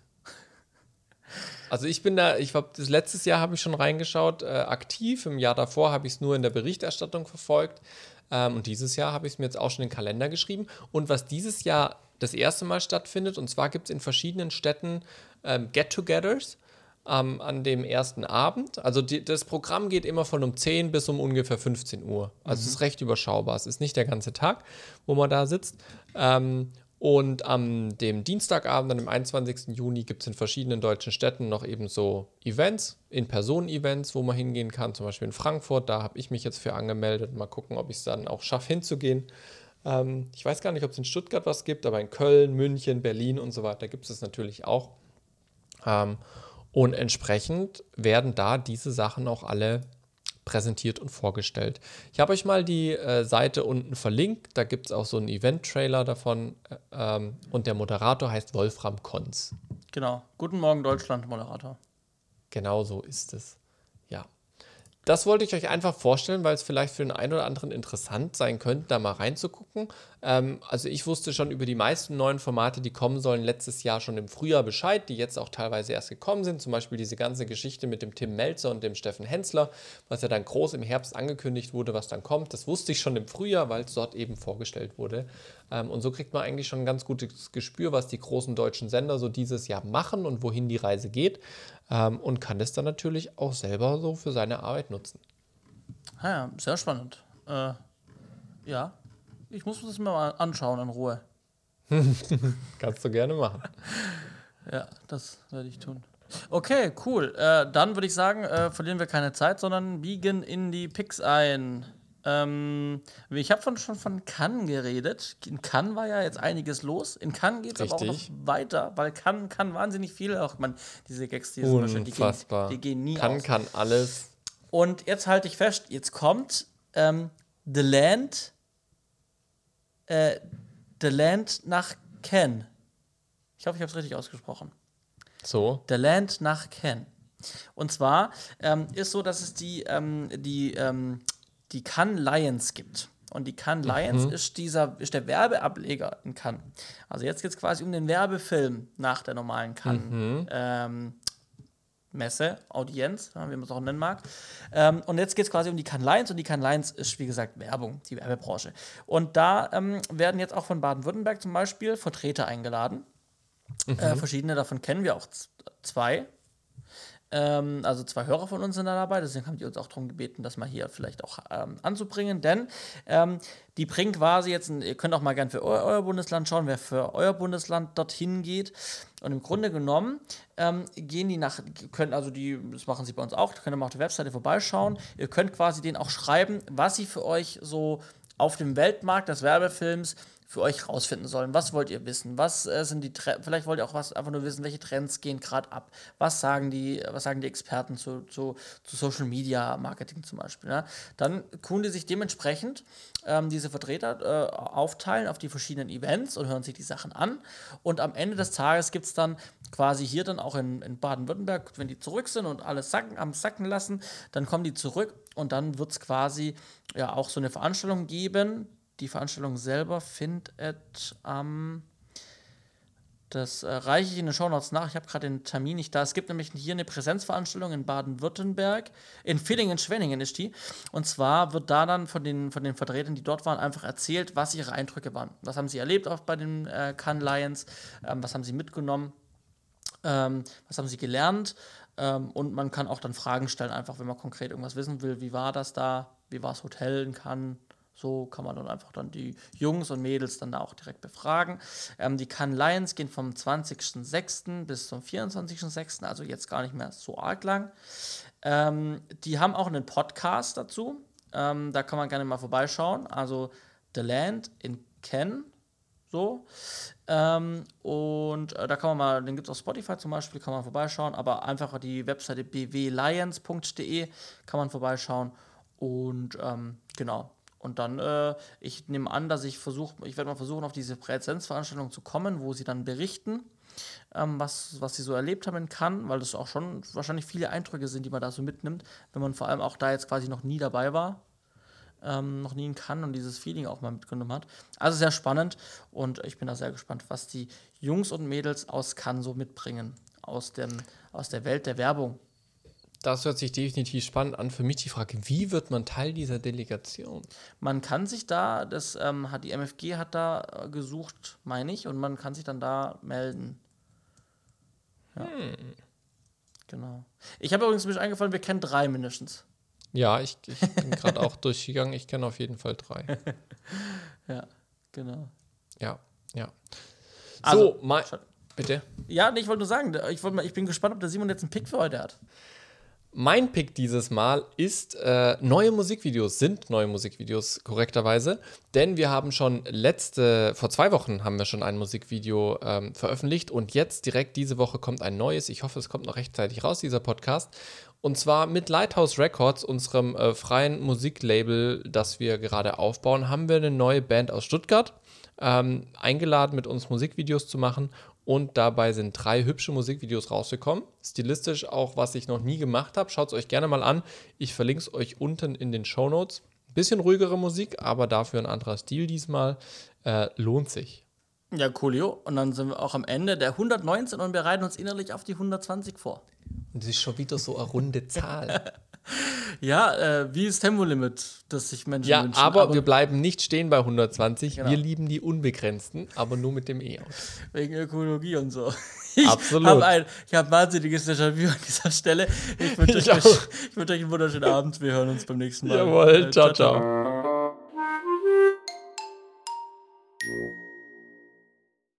Also das letztes Jahr habe ich schon reingeschaut, aktiv. Im Jahr davor habe ich es nur in der Berichterstattung verfolgt. Und dieses Jahr habe ich es mir jetzt auch schon in den Kalender geschrieben. Und was dieses Jahr das erste Mal stattfindet, und zwar gibt es in verschiedenen Städten Get-togethers an dem ersten Abend. Also das Programm geht immer von um 10 bis um ungefähr 15 Uhr. Also es ist recht überschaubar. Es ist nicht der ganze Tag, wo man da sitzt. Und am dem Dienstagabend, an dem 21. Juni, gibt es in verschiedenen deutschen Städten noch eben so Events, In-Person-Events, wo man hingehen kann. Zum Beispiel in Frankfurt, da habe ich mich jetzt für angemeldet. Mal gucken, ob ich es dann auch schaffe, hinzugehen. Ich weiß gar nicht, ob es in Stuttgart was gibt, aber in Köln, München, Berlin und so weiter gibt es das natürlich auch. Und entsprechend werden da diese Sachen auch alle präsentiert und vorgestellt. Ich habe euch mal die Seite unten verlinkt. Da gibt es auch so einen Event-Trailer davon. Und der Moderator heißt Wolfram Konz. Genau. Guten Morgen Deutschland, Moderator. Genau so ist es. Ja. Das wollte ich euch einfach vorstellen, weil es vielleicht für den einen oder anderen interessant sein könnte, da mal reinzugucken. Also ich wusste schon über die meisten neuen Formate, die kommen sollen, letztes Jahr schon im Frühjahr Bescheid, die jetzt auch teilweise erst gekommen sind. Zum Beispiel diese ganze Geschichte mit dem Tim Melzer und dem Steffen Hensler, was ja dann groß im Herbst angekündigt wurde, was dann kommt. Das wusste ich schon im Frühjahr, weil es dort eben vorgestellt wurde. Und so kriegt man eigentlich schon ein ganz gutes Gespür, was die großen deutschen Sender so dieses Jahr machen und wohin die Reise geht. Und kann das dann natürlich auch selber so für seine Arbeit nutzen. Ja, sehr spannend. Ja, ich muss das mir mal anschauen in Ruhe. Kannst du gerne machen. Ja, das werde ich tun. Okay, cool. Dann würde ich sagen, verlieren wir keine Zeit, sondern biegen in die Picks ein. Ich habe schon von Cannes geredet. In Cannes war ja jetzt einiges los. In Cannes geht es aber auch noch weiter, weil Cannes kann wahnsinnig viel. Auch diese Gags, die unfassbar. Die gehen nie Cannes aus. Kann alles. Und jetzt halte ich fest, jetzt kommt The Land nach Cannes. Ich hoffe, ich habe es richtig ausgesprochen. So. The Land nach Cannes. Und zwar ist so, dass es die Cannes Lions gibt. Und die Cannes Lions ist der Werbeableger in Cannes. Also jetzt geht es quasi um den Werbefilm nach der normalen Cannes Messe, Audienz, wie man es auch nennen mag. Und jetzt geht es quasi um die Cannes Lions. Und die Cannes Lions ist, wie gesagt, Werbung, die Werbebranche. Und da werden jetzt auch von Baden-Württemberg zum Beispiel Vertreter eingeladen. Verschiedene davon kennen wir auch zwei. Also 2 Hörer von uns sind da dabei, deswegen haben die uns auch darum gebeten, das mal hier vielleicht auch anzubringen, denn die bringen quasi jetzt, ihr könnt auch mal gerne für euer Bundesland schauen, wer für euer Bundesland dorthin geht. Und im Grunde genommen gehen die das machen sie bei uns auch, da könnt ihr mal auf der Webseite vorbeischauen. Ihr könnt quasi denen auch schreiben, was sie für euch so auf dem Weltmarkt des Werbefilms für euch rausfinden sollen. Was wollt ihr wissen? Was sind die vielleicht wollt ihr auch einfach nur wissen, welche Trends gehen gerade ab? Was sagen die Experten zu Social Media Marketing zum Beispiel? Ne? Dann tun die sich dementsprechend diese Vertreter aufteilen auf die verschiedenen Events und hören sich die Sachen an. Und am Ende des Tages gibt es dann quasi hier dann auch in Baden-Württemberg, wenn die zurück sind und alles sacken lassen, dann kommen die zurück und dann wird es quasi ja auch so eine Veranstaltung geben. Die Veranstaltung selber findet das reiche ich in den Shownotes nach. Ich habe gerade den Termin nicht da. Es gibt nämlich hier eine Präsenzveranstaltung in Baden-Württemberg. In Villingen-Schwenningen ist die. Und zwar wird da dann von den Vertretern, die dort waren, einfach erzählt, was ihre Eindrücke waren. Was haben sie erlebt auch bei den Cannes Lions? Was haben sie mitgenommen? Was haben sie gelernt? Und man kann auch dann Fragen stellen, einfach wenn man konkret irgendwas wissen will. Wie war das da? Wie war das Hotel in Cannes? So kann man dann einfach die Jungs und Mädels dann da auch direkt befragen. Die Cannes Lions gehen vom 20.06. bis zum 24.06., also jetzt gar nicht mehr so arg lang. Die haben auch einen Podcast dazu. Da kann man gerne mal vorbeischauen. Also The Land in Cannes. So. Und da kann man mal, den gibt es auf Spotify zum Beispiel, kann man vorbeischauen. Aber einfach die Webseite bwlions.de kann man vorbeischauen. Und genau. Und dann, ich nehme an, dass ich werde mal versuchen, auf diese Präsenzveranstaltung zu kommen, wo sie dann berichten, was sie so erlebt haben in Cannes, weil das auch schon wahrscheinlich viele Eindrücke sind, die man da so mitnimmt, wenn man vor allem auch da jetzt quasi noch nie dabei war, noch nie in Cannes und dieses Feeling auch mal mitgenommen hat. Also sehr spannend und ich bin da sehr gespannt, was die Jungs und Mädels aus Cannes so mitbringen, aus der Welt der Werbung. Das hört sich definitiv spannend an. Für mich die Frage, wie wird man Teil dieser Delegation? Man kann sich da, die MFG hat da gesucht, meine ich, und man kann sich dann da melden. Ja. Genau. Ich habe übrigens mir eingefallen, wir kennen 3 mindestens. Ja, ich bin gerade auch durchgegangen. Ich kenne auf jeden Fall 3. Ja, genau. Ja. Also, bitte? Ja, ich wollte nur sagen, ich bin gespannt, ob der Simon jetzt einen Pick für heute hat. Mein Pick dieses Mal ist neue Musikvideos, korrekterweise, denn wir haben schon vor 2 Wochen haben wir schon ein Musikvideo veröffentlicht und jetzt direkt diese Woche kommt ein neues, ich hoffe, es kommt noch rechtzeitig raus, dieser Podcast, und zwar mit Lighthouse Records, unserem freien Musiklabel, das wir gerade aufbauen, haben wir eine neue Band aus Stuttgart eingeladen, mit uns Musikvideos zu machen. Und dabei sind 3 hübsche Musikvideos rausgekommen. Stilistisch auch, was ich noch nie gemacht habe. Schaut es euch gerne mal an. Ich verlinke es euch unten in den Shownotes. Bisschen ruhigere Musik, aber dafür ein anderer Stil diesmal. Lohnt sich. Ja, coolio. Und dann sind wir auch am Ende der 119 und bereiten uns innerlich auf die 120 vor. Und das ist schon wieder so eine runde Zahl. Ja, wie ist Tempolimit, das sich Menschen wünschen. Ja, aber wir bleiben nicht stehen bei 120. Genau. Wir lieben die Unbegrenzten, aber nur mit dem E-Auto. Wegen Ökologie und so. Absolut. Ich habe wahnsinniges Déjà-vu an dieser Stelle. Ich wünsche euch einen wunderschönen Abend. Wir hören uns beim nächsten Mal. Jawohl, ciao.